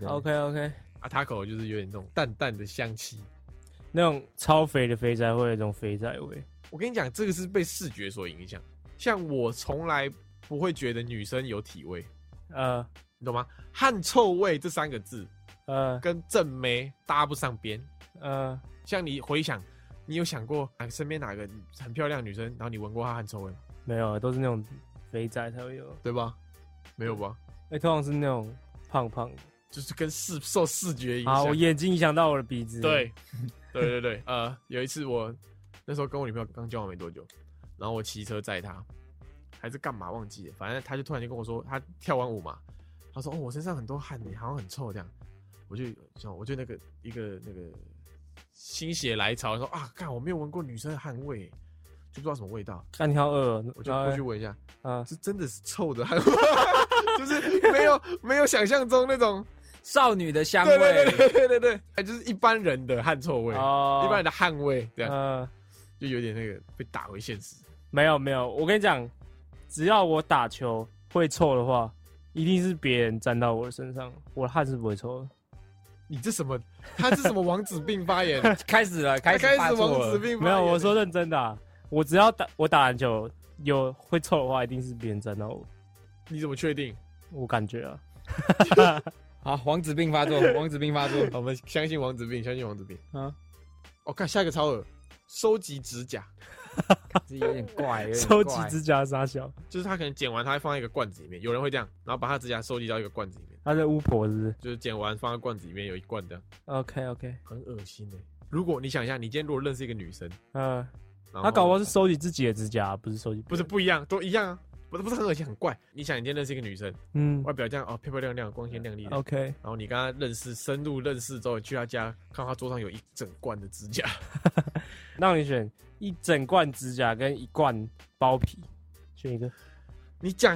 B: OK。
A: 啊，Taco 就是有点那种淡淡的香气，
B: 那种超肥的肥宅会有一种肥宅味。
A: 我跟你讲，这个是被视觉所影响。像我从来不会觉得女生有体味，你懂吗？汗臭味这3个字，跟正妹搭不上边。像你回想，你有想过身边哪个很漂亮的女生，然后你闻过她汗臭味吗？
B: 没有，都是那种肥宅才会有，
A: 对吧？没有吧？
B: 通常是那种胖胖的。
A: 就是跟受视觉影响。
B: 我眼睛影响到我的鼻子。
A: 对，有一次我那时候跟我女朋友刚交往没多久，然后我骑车载她，还是干嘛忘记了，反正她就突然间跟我说，她跳完舞嘛，她说我身上很多汗好像很臭这样，我就那个一个心血来潮说干我没有闻过女生的汗味，就不知道什么味道。
B: 看你好饿，
A: 我就过去闻一下，是真的是臭的汗味，就是没有想象中那种。
C: 少女的香味，
A: 对，就是一般人的汗臭味，一般人的汗味，这样，就有点那个被打回现实。
B: 没有，我跟你讲，只要我打球会臭的话，一定是别人沾到我的身上，我的汗是不会臭的。
A: 你这什么？他是什么王子病发言？
C: 开始王
A: 子病发言。
B: 没有，我说认真的我只要我打篮球有会臭的话，一定是别人沾到我。
A: 你怎么确定？
B: 我感觉啊。
C: 好，王子病发作，
A: 我们相信王子病看下一个超恶，收集指甲，
C: 这有点怪，
B: 收集指甲傻小，
A: 就是他可能剪完，他会放在一个罐子里面，有人会这样，然后把他指甲收集到一个罐子里面。
B: 他是巫婆是不是？
A: 就是剪完放在罐子里面有一罐的。
B: OK，
A: 很恶心如果你想一下，你今天如果认识一个女生，
B: 他搞不好是收集自己的指甲，不是收集，
A: 不一样，都一样啊。不是很恶心，很怪。你想，你今天认识一个女生，外表这样漂漂亮亮、光鲜亮丽的
B: ，OK。
A: 然后你跟她深入认识之后，你去她家，看她桌上有一整罐的指甲，
B: 让你选一整罐指甲跟一罐包皮，选一个。
A: 你讲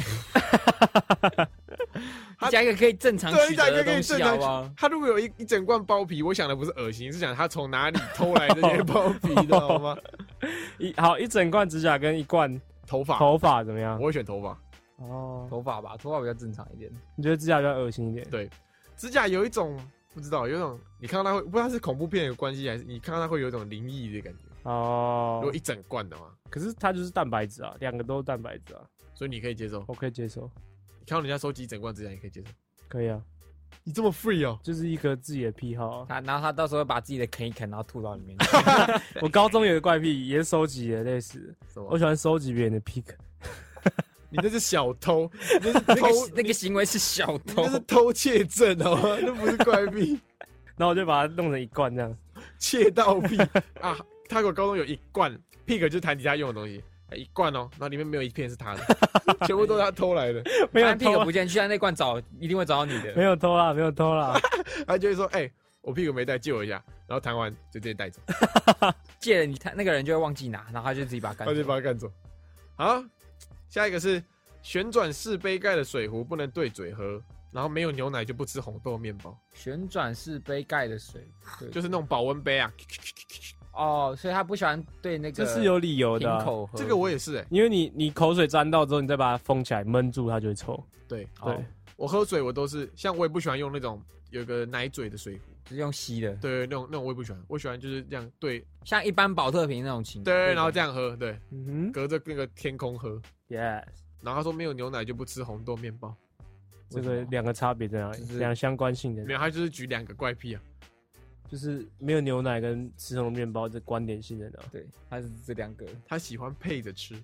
C: 讲一个可以正常取得的东西，好不好？
A: 他如果有一整罐包皮，我想的不是恶心，是想他从哪里偷来这些包皮的，好吗？
B: 一整罐指甲跟一罐。头发怎么样？
A: 我会选头发。
C: 头发吧，头发比较正常一点。
B: 你觉得指甲比较恶心一点？
A: 对，指甲有一种不知道，有一种你看到它会，不知道是恐怖片有关系，还是你看到它会有一种灵异的感觉。如果一整罐的话，
B: 可是它就是蛋白质啊，2个都是蛋白质啊，
A: 所以你可以接受。
B: 我可以接受。
A: 你看到人家收集一整罐指甲，你可以接受？
B: 可以啊。
A: 你这么 free 哦，
B: 就是一个自己的癖好
C: 然后他到时候会把自己的啃一啃，然后吐到里面。
B: 我高中有个怪癖，也是收集的类似的。我喜欢收集别人的 pick。
A: 你那是小偷，那是偷
C: 那个行为是小偷，
A: 那是偷窃症好吗？那不是怪癖。
B: 然后我就把它弄成一罐这样，
A: 窃盗癖啊！他给我高中有一罐 pick，就是弹吉他用的东西。一罐然后里面没有一片是他的，全部都是他偷来的。
B: 没有
C: 屁股不见，去他那罐找，一定会找到你的。
B: 没有偷啦。
A: 他就会说：“我屁股没带，借我一下。”然后弹完就直接带走。
C: 借了你，那个人就会忘记拿，然后他就自己把他
A: 干走。好，下一个是旋转式杯盖的水壶不能对嘴喝，然后没有牛奶就不吃红豆面包。
C: 旋转式杯盖的水，
A: 就是那种保温杯啊。
C: 所以他不喜欢对那个，
B: 这是有理由的。
A: 这个我也是
B: 因为你口水沾到之后，你再把它封起来闷住，它就会臭。
A: 对，我喝水我都是，像我也不喜欢用那种有个奶嘴的水壶，
C: 是用吸的。
A: 对，那种我也不喜欢，我喜欢就是这样，对，
C: 像一般保特瓶那种情况。
A: 对，然后这样喝，对，隔着那个天空喝。
B: Yes。
A: 然后他说没有牛奶就不吃红豆面包，
B: 这个2个差别在哪里？2个相关性的。
A: 没有，他就是举2个怪癖啊。
B: 就是没有牛奶跟吃红面包这观点性的呢？
C: 对，他是这2个，
A: 他喜欢配着吃。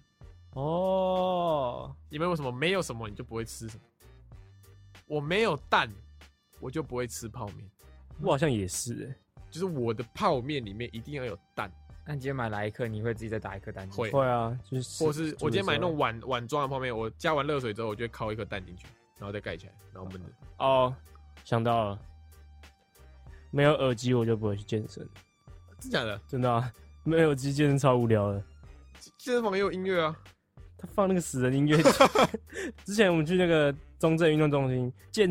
B: 因
A: 为为什么没有什么你就不会吃什么？我没有蛋，我就不会吃泡面。
B: 我好像也是
A: 就是我的泡面里面一定要有蛋。
C: 那你今天买来一颗，你会自己再打一颗蛋进
B: 去？会啊，就是
A: 或是我今天买那种碗装的泡面，我加完热水之后，我就会敲1颗蛋进去，然后再盖起来，然后焖
B: 着。想到了。没有耳机我就不会去健身。
A: 真假的？
B: 真的啊，没有耳机健身超无聊的。
A: 健身房也有音乐啊，
B: 他放那个死人音乐。之前我们去那个中正运动中心健身，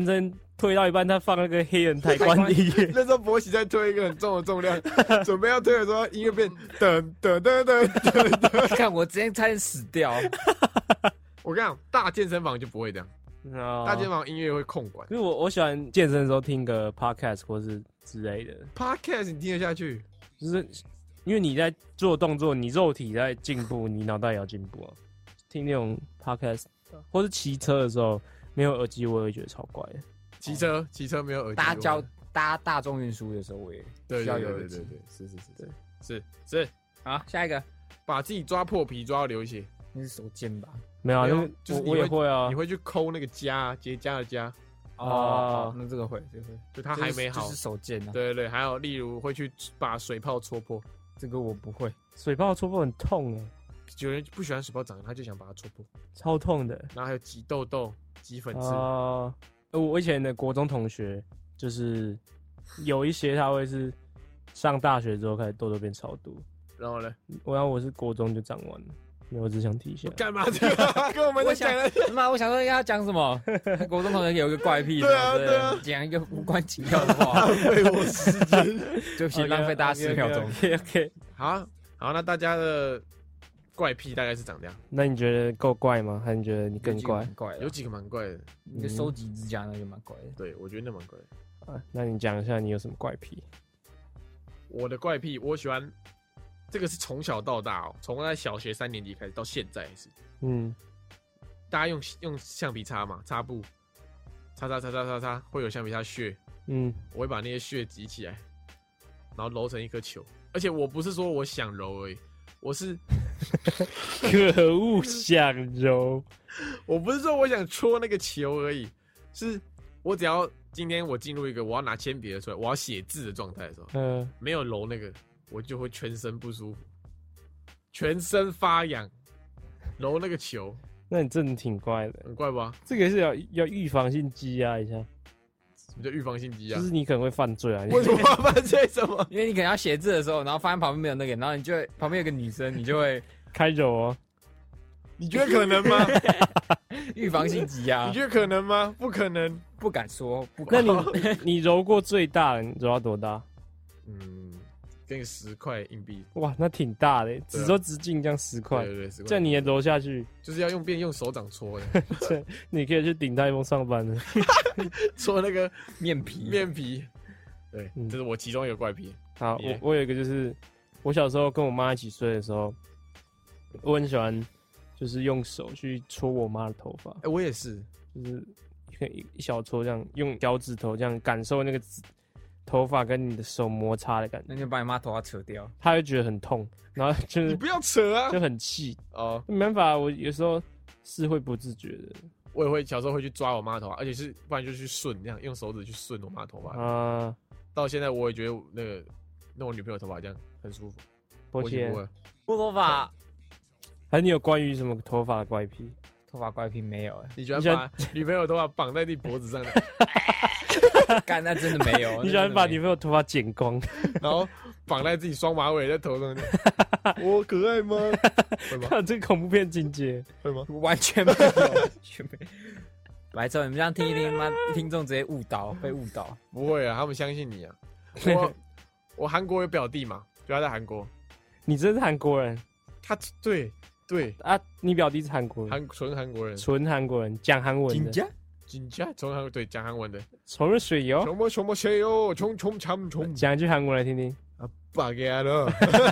B: 推到一半，他放那个黑人抬棺音乐。
A: 那时候博喜在推一个很重的重量，准备要推的时候，音乐变噔噔噔噔噔噔。
C: 看我之前差点死掉。
A: 我跟你讲，大健身房就不会这样。大健身房音乐会控管。
B: 可是我喜欢健身的时候听个 podcast 或是之类的。
A: podcast 你听得下去？
B: 就是因为你在做动作，你肉体在进步，你脑袋也要进步啊。听那种 podcast 或是骑车的时候没有耳机，我也会觉得超怪的。骑
A: 车没有耳机。
C: 搭大众运输的时候，我也需要有耳机。
A: 对，是。
C: 好，下一个，
A: 把自己抓破皮抓到流血。
C: 那是手贱吧？
B: 没有啊，就是我也会啊。
A: 你会去抠那个结痂的痂。
C: 哦，那这个会，
A: 就他还没好，
C: 就是手贱啊。
A: 对，还有例如会去把水泡戳破，
C: 这个我不会。
B: 水泡戳破很痛哎，
A: 有人不喜欢水泡长，他就想把它戳破，
B: 超痛的。
A: 然后还有挤痘痘、挤粉刺。
B: 我以前的国中同学，就是有一些他会是上大学之后开始痘痘变超多，
A: 然后呢？
B: 我是国中就长完了。我只想提一下，
A: 干嘛这个？跟我们在讲的
C: 妈，我想说应该要讲什么？国中同学有一个怪癖，
A: 对啊，
C: 讲一个无关紧要的话，
A: 浪费我时间，
C: 对不起，浪费大家10秒钟。
B: OK，
A: 好，那大家的怪癖大概是长这样。
B: 那你觉得够怪吗？还是你觉得你更怪？
A: 有几个蛮怪的。
C: 你的收集指甲那就蛮怪的。
A: 对，我觉得那蛮怪的。
B: 那你讲一下你有什么怪癖？
A: 我的怪癖，我喜欢。这个是从小到大哦，从在小学3年级开始到现在也是。大家用橡皮擦嘛，擦布，擦，会有橡皮擦屑。我会把那些屑挤起来，然后揉成一颗球。而且我不是说我想揉而已，我是
B: 可恶想揉。
A: 我不是说我想戳那个球而已，是我只要今天我进入一个我要拿铅笔的出来，我要写字的状态的时候，没有揉那个。我就会全身不舒服，全身发痒，揉那个球。
B: 那你真的挺怪的，
A: 很怪吧？
B: 这个是要预防性积压一下。
A: 什么叫预防性积压？
B: 就是你可能会犯罪啊！
A: 为什么要犯罪？什么？
C: 因为你可能要写字的时候，然后发现旁边没有那个，然后你就会旁边有个女生，你就会
B: 开揉哦。
A: 你觉得可能吗？
C: 预防性积压，
A: 你觉得可能吗？不可能，
C: 不敢说。
B: 那你揉过最大的，你揉到多大？
A: 跟个10块硬币，
B: 哇，那挺大的，只说直径这样10块，
A: 对，10块，
B: 这样你也揉下去，
A: 就是要用手掌戳的，
B: 对，你可以去顶泰丰上班的，
A: 戳那个
C: 面皮，
A: 对，这是我其中一个怪癖。
B: 好，我有一个就是，我小时候跟我妈一起睡的时候，我很喜欢，就是用手去戳我妈的头发，
A: 我也是，
B: 就是一小撮这样，用脚趾头这样感受那个头发跟你的手摩擦的感觉，
C: 那就把你妈头发扯掉，
B: 她会觉得很痛，然后就是
A: 你不要扯啊，
B: 就很气
A: 哦。
B: 没办法，我有时候是会不自觉的，
A: 我也会小时候会去抓我妈的头发，而且是不然就去顺，这样用手指去顺我妈的头发啊。到现在我也觉得那我女朋友头发这样很舒服。
B: 抱歉，
C: 拨头发，
B: 还是你有关于什么头发的怪癖？
C: 头发怪癖没有
A: 你喜欢把女朋友头发绑在你脖子上的？
C: 干，那真的没有。
B: 你喜欢把女朋友头发剪光，
A: 然后绑在自己双马尾在头上？我可爱吗？会吗？
B: 这个恐怖片情节
A: 会吗？
C: 完全没有，完全没有。白痴，你们这样听一听，妈听众直接被误导。
A: 不会啊，他们相信你啊。我韩国有表弟嘛，就他在韩国。
B: 你真是韩国人？
A: 他对
B: 啊，你表弟是韩国人，
A: 纯韩国人，
B: 纯韩国人，讲韩文的。
A: 真假？从韩国对讲韩文的。
B: 冲热水哟，
A: 冲么水哟，冲强冲。
B: 讲一句韩文来听听。
A: 啊，巴给了。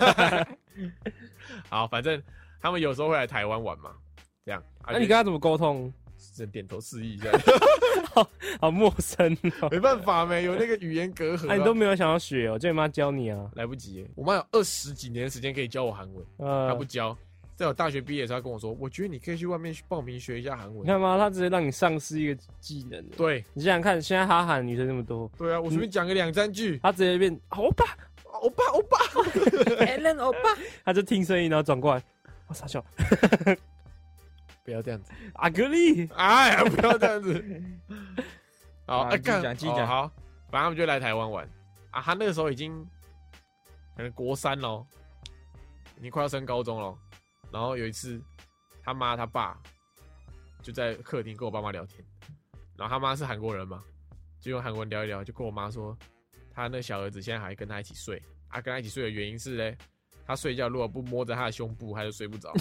A: 好，反正他们有时候会来台湾玩嘛，这样。
B: 那你跟他怎么沟通？
A: 只能点头示意一下。
B: 好陌生哦。
A: 没办法没有那个语言隔阂。
B: 你都没有想要学哦，叫你妈教你啊。
A: 来不及，我妈有20几年的时间可以教我韩文，她不教。在我大学毕业的时候，他跟我说：“我觉得你可以去外面报名学一下韩文。”
B: 你看吗？他直接让你丧失一个技能。
A: 对，
B: 你想想看，现在哈韩女生那么多。
A: 对啊，我随便讲个2、3句，
B: 他直接变欧巴
C: ，Allen 欧巴，
B: 他就听声音然后转过来，我傻笑。
A: 不要这样子，
B: 阿格力，
A: 哎呀，不要这样子。好，
C: 继续讲，
A: 好，反正他们就来台湾玩啊。他那个时候已经可能国3咯，已经快要升高中了。然后有一次，他妈他爸就在客厅跟我爸妈聊天，然后他妈是韩国人嘛， 就用韩文聊一聊，就跟我妈说，他那小儿子现在还跟他一起睡，跟他一起睡的原因是嘞，他睡觉如果不摸着他的胸部，他就睡不着。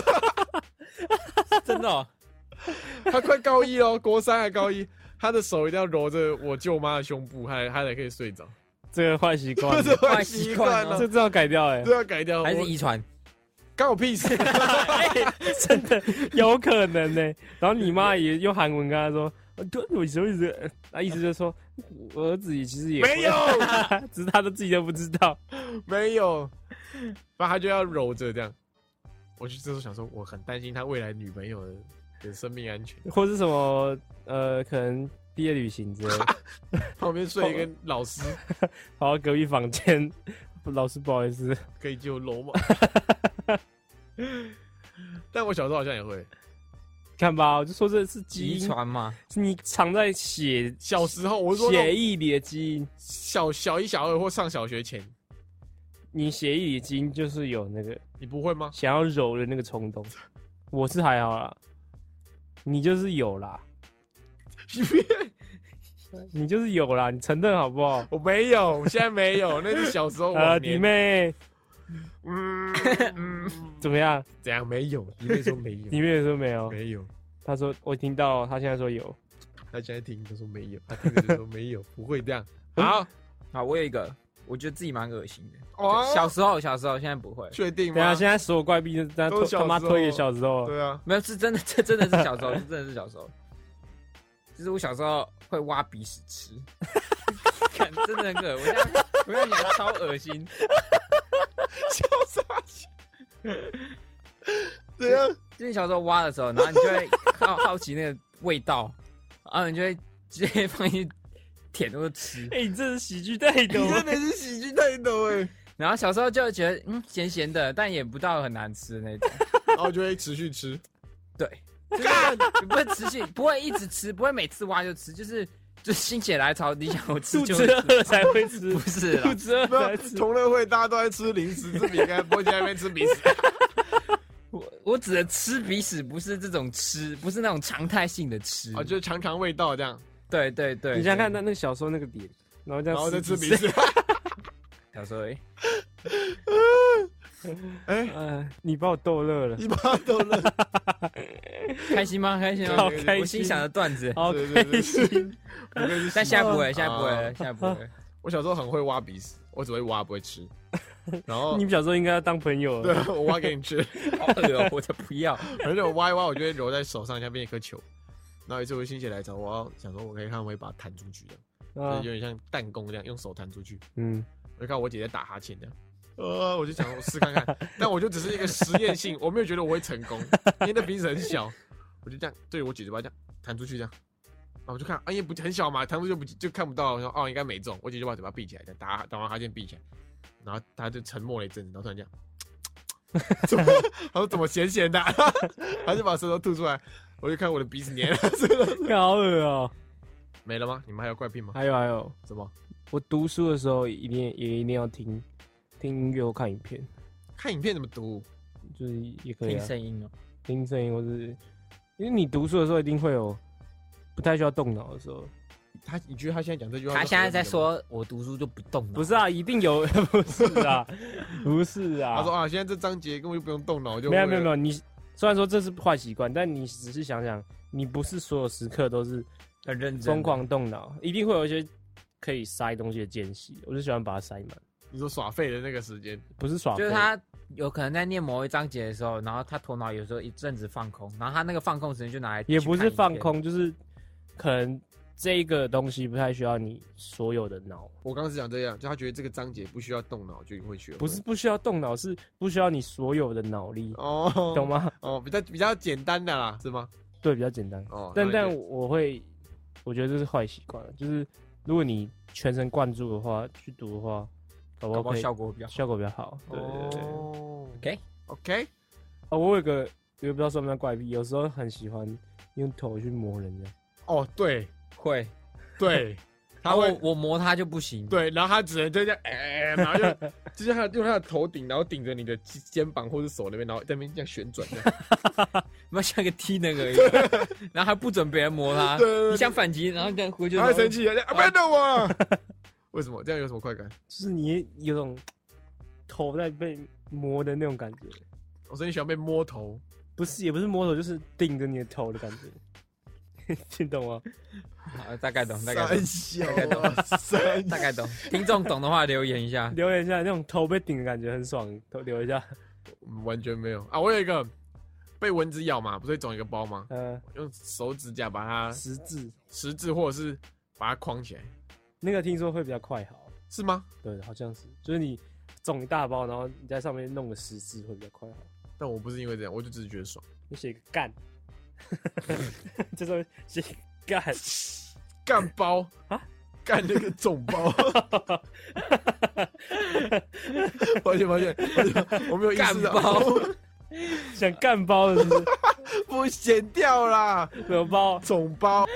C: 真的哦，
A: 他快高一了，国3还高一，他的手一定要揉着我舅妈的胸部，他才可以睡着。
B: 这个坏习惯，
A: 这坏习惯
B: 这要改掉
A: 这要改掉，
C: 还是遗传？
A: 关我屁事！
B: 真的有可能呢。然后你妈也用韩文跟他说，对，我什么意思？那意思就是说，我儿子也其实也
A: 没有，
B: 只是他自己都不知道，
A: 没有。反正他就要揉着这样。我就这时候想说，我很担心他未来女朋友的生命安全，
B: 或是什么可能毕业旅行之类的，
A: 旁边睡一个老师，
B: 跑到隔壁房间，老师不好意思，
A: 可以借我揉吗？但我小时候好像也会，
B: 看吧，我就说这是基因
C: 遗传嘛，
B: 是你藏在
A: 小时候我说
B: 血液里的基因，
A: 小1、小2或上小学前，
B: 你血液里的基因就是有那个，
A: 你不会吗？
B: 想要揉的那个冲动，我是还好啦，你就是有啦，你就是有啦，你承认好不好？
A: 我没有，我现在没有，那是小时候往年。
B: 弟妹，怎么样？
A: 怎样？没有？弟妹说没有。
B: 弟妹说没有。
A: 没有。
B: 他说我听到，他现在说有。
A: 他现在听，他说没有。他听就说没有，不会这样。好，
C: 好，我有一个，我觉得自己蛮恶心的。
A: 哦，
C: 小时候，现在不会。
A: 确定吗？
B: 对啊，现在所有怪癖都他妈推给小时候。
A: 对啊，
C: 没有，是真的，这真的是小时候，真的是小时候。就是我小时候会挖鼻屎吃，看真的很恶，我现在想超恶心，
A: 笑啥？怎样？
C: 就是小时候挖的时候，然后你就会好奇那个味道，然后你就会直接放进去舔或者吃。
B: 你这是喜剧泰斗，
A: 你真的是喜剧泰斗哎！
C: 然后小时候就觉得咸咸的，但也不到很难吃的那种，
A: 然后就会持续吃。
C: 对。你不会持续，不会一直吃，不会每次挖就吃，就是心血来潮，你想我吃就
B: 会吃，肚子饿才会吃，
C: 不是啦，
B: 肚子饿才吃。
A: 同乐会大家都在吃零食、吃饼干，不会在那边吃鼻屎。
C: 我指的吃鼻屎不是这种吃，不是那种常态性的吃，
A: 就是尝味道这样。
C: 对，
B: 你想看那小时候那个点，然后这样，
A: 然后再吃鼻屎。
C: 小时候
B: 你把我逗乐了，
C: 开心吗？开心吗？
B: 好开心！
C: 我心想的段子，
B: 好开心。
C: 但现在不会，现在不会。
A: 我小时候很会挖鼻屎，我只会挖不会吃。然后
B: 你小时候应该要当朋友。
A: 对，我挖给你吃。
C: 好恶哦，我才不要。
A: 而且我挖一挖，我就会揉在手上，像变一颗球。然后有一次我心血来潮，我要想说，我可以看会把它弹出去的，就是有点像弹弓这样，用手弹出去。我就看我姐在打哈欠这样。我就想我试看看，但我就只是一个实验性，我没有觉得我会成功，因为那鼻子很小，我就这样对我姐姐把它这样弹出去这样，然后我就看，因为不很小嘛，弹出去就看不到，我说应该没中，我姐就把嘴巴闭起来，打完哈欠闭起来，然后她就沉默了一阵子，然后突然这样，她说怎么咸咸的，她就把舌头吐出来，我就看我的鼻子黏了，
B: 好恶哦。
A: 没了吗？你们还有怪癖吗？
B: 还有
A: 什么？
B: 我读书的时候一定要听音乐或看影片。
A: 看影片怎么读？
B: 就是也可以
C: 听声音哦，
B: 听声音，或是因为你读书的时候一定会有不太需要动脑的时候。
A: 你觉得他现在讲这句话？
C: 他现在在说我读书就不动脑？
B: 不是啊，一定有，不是啊，不是啊。
A: 他说现在这章节根本就不用动脑，就
B: 没有。你虽然说这是坏习惯，但你仔细想想，你不是所有时刻都是
C: 很认真、
B: 疯狂动脑，一定会有一些可以塞东西的间隙。我就喜欢把它塞满。
A: 你说耍废的那个时间，
B: 不是耍废，
C: 就是他有可能在念某一章节的时候，然后他头脑有时候一阵子放空，然后他那个放空时间就拿来
B: 也不是放空，就是可能这个东西不太需要你所有的脑。
A: 我刚刚是讲这样，就他觉得这个章节不需要动脑就会学会，
B: 不是不需要动脑，是不需要你所有的脑力懂吗？
A: 比较简单的啦，是吗？
B: 对，比较简单但我觉得这是坏习惯，就是如果你全神贯注的话去读的话，搞不好
C: 效果比较好。
A: 对。OK。
B: 我有个不知道算不算怪癖，有时候很喜欢用头去摸人家。
A: 对，
C: 会，
A: 对， 他会
C: 我磨他就不行。
A: 对，然后他只能就这样，然后就是他用他的头顶，然后顶着你的肩膀或者手那边，然后在那边这样旋转，这样，
C: 那像个踢那个一样，然后还不准别人磨他，你想反击，然后这样回去，
A: 他会生气，不要动我。为什么这样有什么快感？
B: 就是你有种头在被摸的那种感觉。
A: 我说你喜欢被摸头，
B: 不是，也不是摸头，就是顶着你的头的感觉，听懂吗？
C: 大概懂，大概懂，大概懂。听众懂的话留言一下，
B: 留言一下，那种头被顶的感觉很爽，留一下。
A: 完全没有啊！我有一个被蚊子咬嘛，不是会肿一个包吗？用手指甲把它
B: 十字，
A: 或者是把它框起来，
B: 那个听说会比较快好，
A: 是吗？
B: 对，好像是，就是你肿一大包，然后你在上面弄个十字会比较快好。
A: 但我不是因为这样，我就只是觉得爽。
B: 你写个干，这时候写
A: 干包啊，干那个肿包。抱歉，我没有意识到。干包，
B: 想干包的是不是？
A: 不剪掉啦，
B: 什么包？
A: 肿包。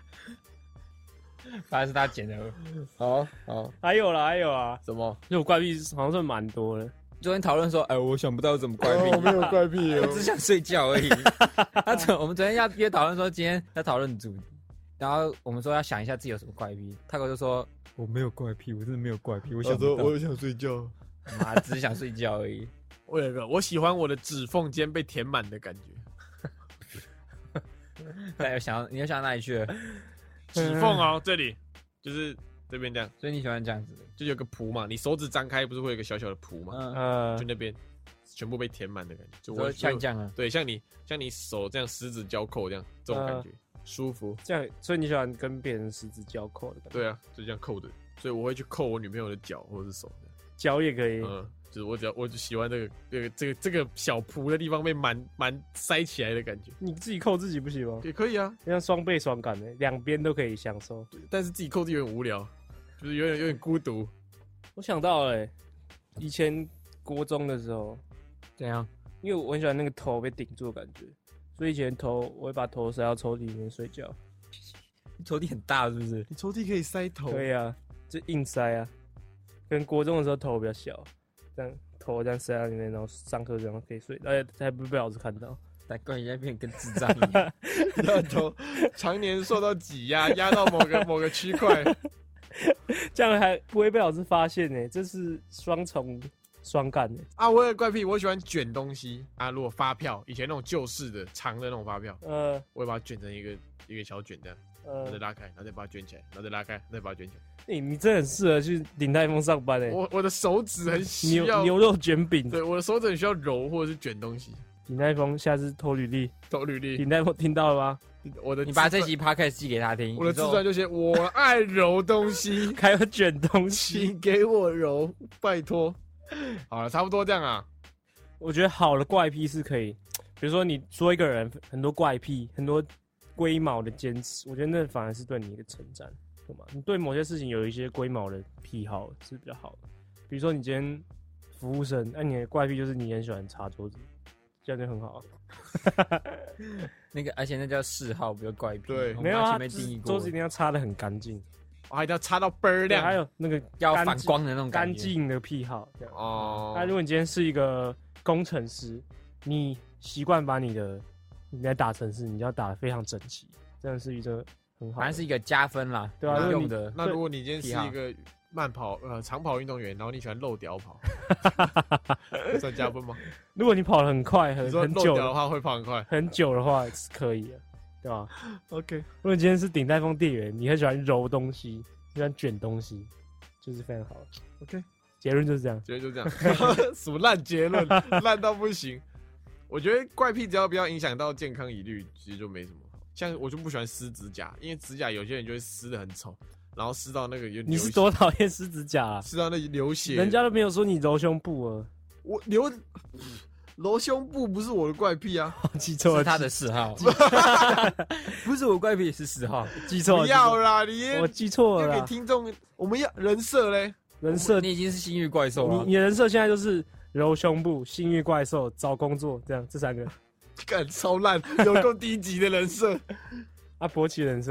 C: 反正是他剪的。
A: 好，
B: 还有啊，
A: 什么？
B: 就我怪癖好像算蛮多的。
C: 昨天讨论说，我想不到有什么怪癖。
A: 我没有怪癖，
C: 我只想睡觉而已。我们昨天要约讨论说今天要讨论主题，然后我们说要想一下自己有什么怪癖。泰国就说我没有怪癖，我真的没有怪癖。我想不到，
A: 我想睡觉。
C: 妈，只是想睡觉而已。
A: 我有一个，我喜欢我的指缝间被填满的感觉。
C: 你又想到哪里去了？
A: 指缝哦，这里就是这边这样，
C: 所以你喜欢这样子的，
A: 就有个蹼嘛，你手指张开不是会有个小小的蹼嘛？就那边全部被填满的感觉，就我
C: 像这样啊，
A: 对，像你手这样十指交扣这样，这种感觉舒服。
B: 这样，所以你喜欢跟别人十指交扣的感觉？
A: 对啊，就这样扣的，所以我会去扣我女朋友的脚或者是手，
B: 脚也可以。
A: 就是我就喜欢这个小蹼的地方被满塞起来的感觉。
B: 你自己扣自己不行吗？
A: 也可以啊，
B: 像双倍爽感的，两边都可以享受。
A: 但是自己扣自己有点无聊，就是有点孤独。
B: 我想到了以前国中的时候，
C: 怎样？
B: 因为我很喜欢那个头被顶住的感觉，所以以前我会把头塞到抽屉里面睡觉。
C: 抽屉很大是不是？
A: 你抽屉可以塞头？
B: 可以啊，就硬塞啊。跟国中的时候头比较小。这样头这样塞在里面，然后上课这样可以睡，而且还不被老师看到。
C: 难怪你现在变跟智障一样，
A: 你的头常年受到挤压，压到某个区块，
B: 这样还不会被老师发现呢，这是双干的
A: 啊！我有怪癖，我喜欢卷东西啊。如果发票，以前那种旧式的长的那种发票，我会把它卷成一个小卷这样，然后再拉开，然后再把它卷起来，然后再拉开，再把它卷起来。
B: 你真的很适合去鼎泰丰上班
A: 我的手指很需要
B: 牛肉卷饼，
A: 对，我的手指很需要揉或者是卷东西。
B: 鼎泰丰下次投履历，鼎泰丰听到了吗？
C: 你把这集 podcast 寄给他听，
A: 我的自传就写我爱揉东西，
B: 还有卷东西，
A: 请给我揉，拜托。好了，差不多这样啊。
B: 我觉得好的怪癖是可以，比如说你说一个人很多怪癖，很多龟毛的坚持，我觉得那反而是对你一个称赞。你对某些事情有一些龟毛的癖好是比较好的，比如说你今天服务生，你的怪癖就是你很喜欢擦桌子，这样就很好。
C: 那个，而且那叫嗜好，不叫怪癖。
A: 对，
B: 没有啊，
C: 前面定义过，
B: 桌子一定要擦得很干净，
A: 还一定要擦到倍儿亮，
B: 还有那个
C: 要反光的那种
B: 干净的癖好。
A: 哦，
B: 那如果你今天是一个工程师，你习惯把你在打程式，你要打得非常整齐，这样是一个很好，
C: 反正是一个加分啦，
B: 对啊，
C: 用的。
A: 那如果你今天是一个长跑运动员，然后你喜欢漏屌跑，算加分吗？
B: 如果你跑得很快，很久
A: 的话会跑很快，
B: 很久的话是可以的，对吧
A: ？OK。
B: 如果你今天是鼎泰丰店员，你很喜欢揉东西，喜欢卷东西，就是非常好。
A: OK，
B: 结论就是这样。
A: 结论就这样，什么烂结论，烂到不行。我觉得怪癖只要不要影响到健康疑虑，其实就没什么好。像我就不喜欢撕指甲，因为指甲有些人就会撕得很丑。然后撕到那个有
B: 你是多讨厌撕指甲啊？
A: 撕到那流血，
B: 人家都没有说你揉胸部啊。
A: 我揉胸部不是我的怪癖啊，
B: 记错了，
C: 是他的嗜好，不是我怪癖，是嗜好，
B: 记错了。
A: 不要啦，
B: 我记错了。
A: 要给听众，我们要人设嘞，
B: 人设
C: 你已经是性欲怪兽了。
B: 你的人设现在就是揉胸部、性欲怪兽、找工作这三个，
A: 干超烂，有够低级的人设。
B: 勃起人设。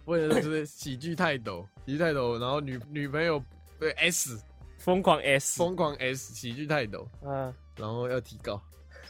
A: 我有就是喜剧泰斗，然后女朋友对 S
B: 疯狂 S，
A: 喜剧泰斗，然后要提高。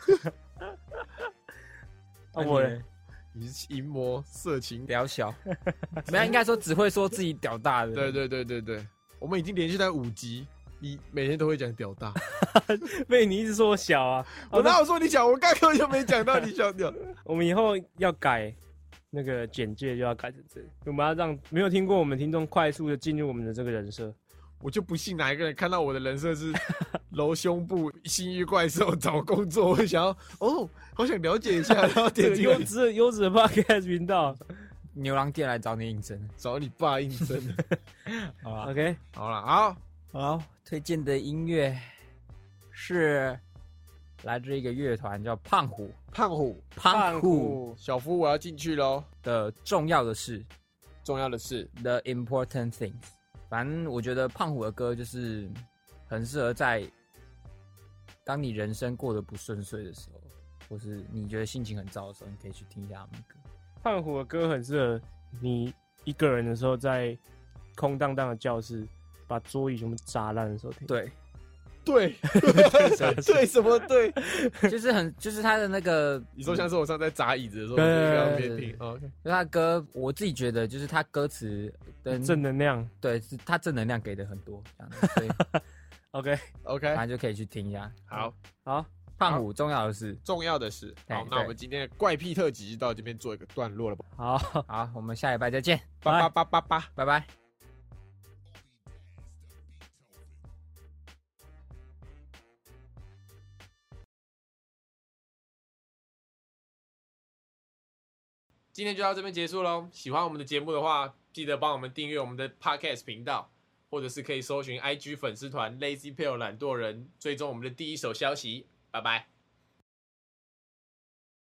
B: 我呢？
A: 你是淫魔色情
C: 屌小，没有，应该说只会说自己屌大的。
A: 对，我们已经连续在5集，你每天都会讲屌大。
B: 被你一直说我小啊，
A: 我哪有说你小？我刚刚就没讲到你小屌。
B: 我们以后要改那个简介，就要改成这样，我们要让没有听过我们听众快速的进入我们的这个人设。
A: 我就不信哪一个人看到我的人设是揉胸部、性欲怪兽、找工作，会想要好想了解一下，然后点进
B: 优质的 podcast 频道，
C: 牛郎店来找你应征，
A: 找你爸应征。
B: 好了 ，OK，
A: 好了，
C: 好，推荐的音乐是来自一个乐团叫胖虎，
A: 小夫，我要进去喽。
C: 的重要的事
A: ，The
C: Important Things。反正我觉得胖虎的歌就是很适合在当你人生过得不顺遂的时候，或是你觉得心情很糟的时候，你可以去听一下他们的歌。
B: 胖虎的歌很适合你一个人的时候，在空荡荡的教室把桌椅全部砸烂的时候听。
A: 对，什么对？
C: 就是他的那个，
A: 你说像是我上在砸椅子的时候，在边听。OK，
C: 就他歌，我自己觉得就是他歌词跟
B: 正能量，
C: 对，是他正能量给的很多，这样子，所以
B: OK，
C: 反正就可以去听一下。
B: 好，
C: 胖虎重要的是，
A: 好，那我们今天的怪癖特辑就到这边做一个段落了吧？
C: 好，我们下礼拜再见，
A: 拜拜。今天就到这边结束喽。喜欢我们的节目的话，记得帮我们订阅我们的 Podcast 频道，或者是可以搜寻 IG 粉丝团 Lazy Pill 懒惰人，追踪我们的第一手消息。拜拜。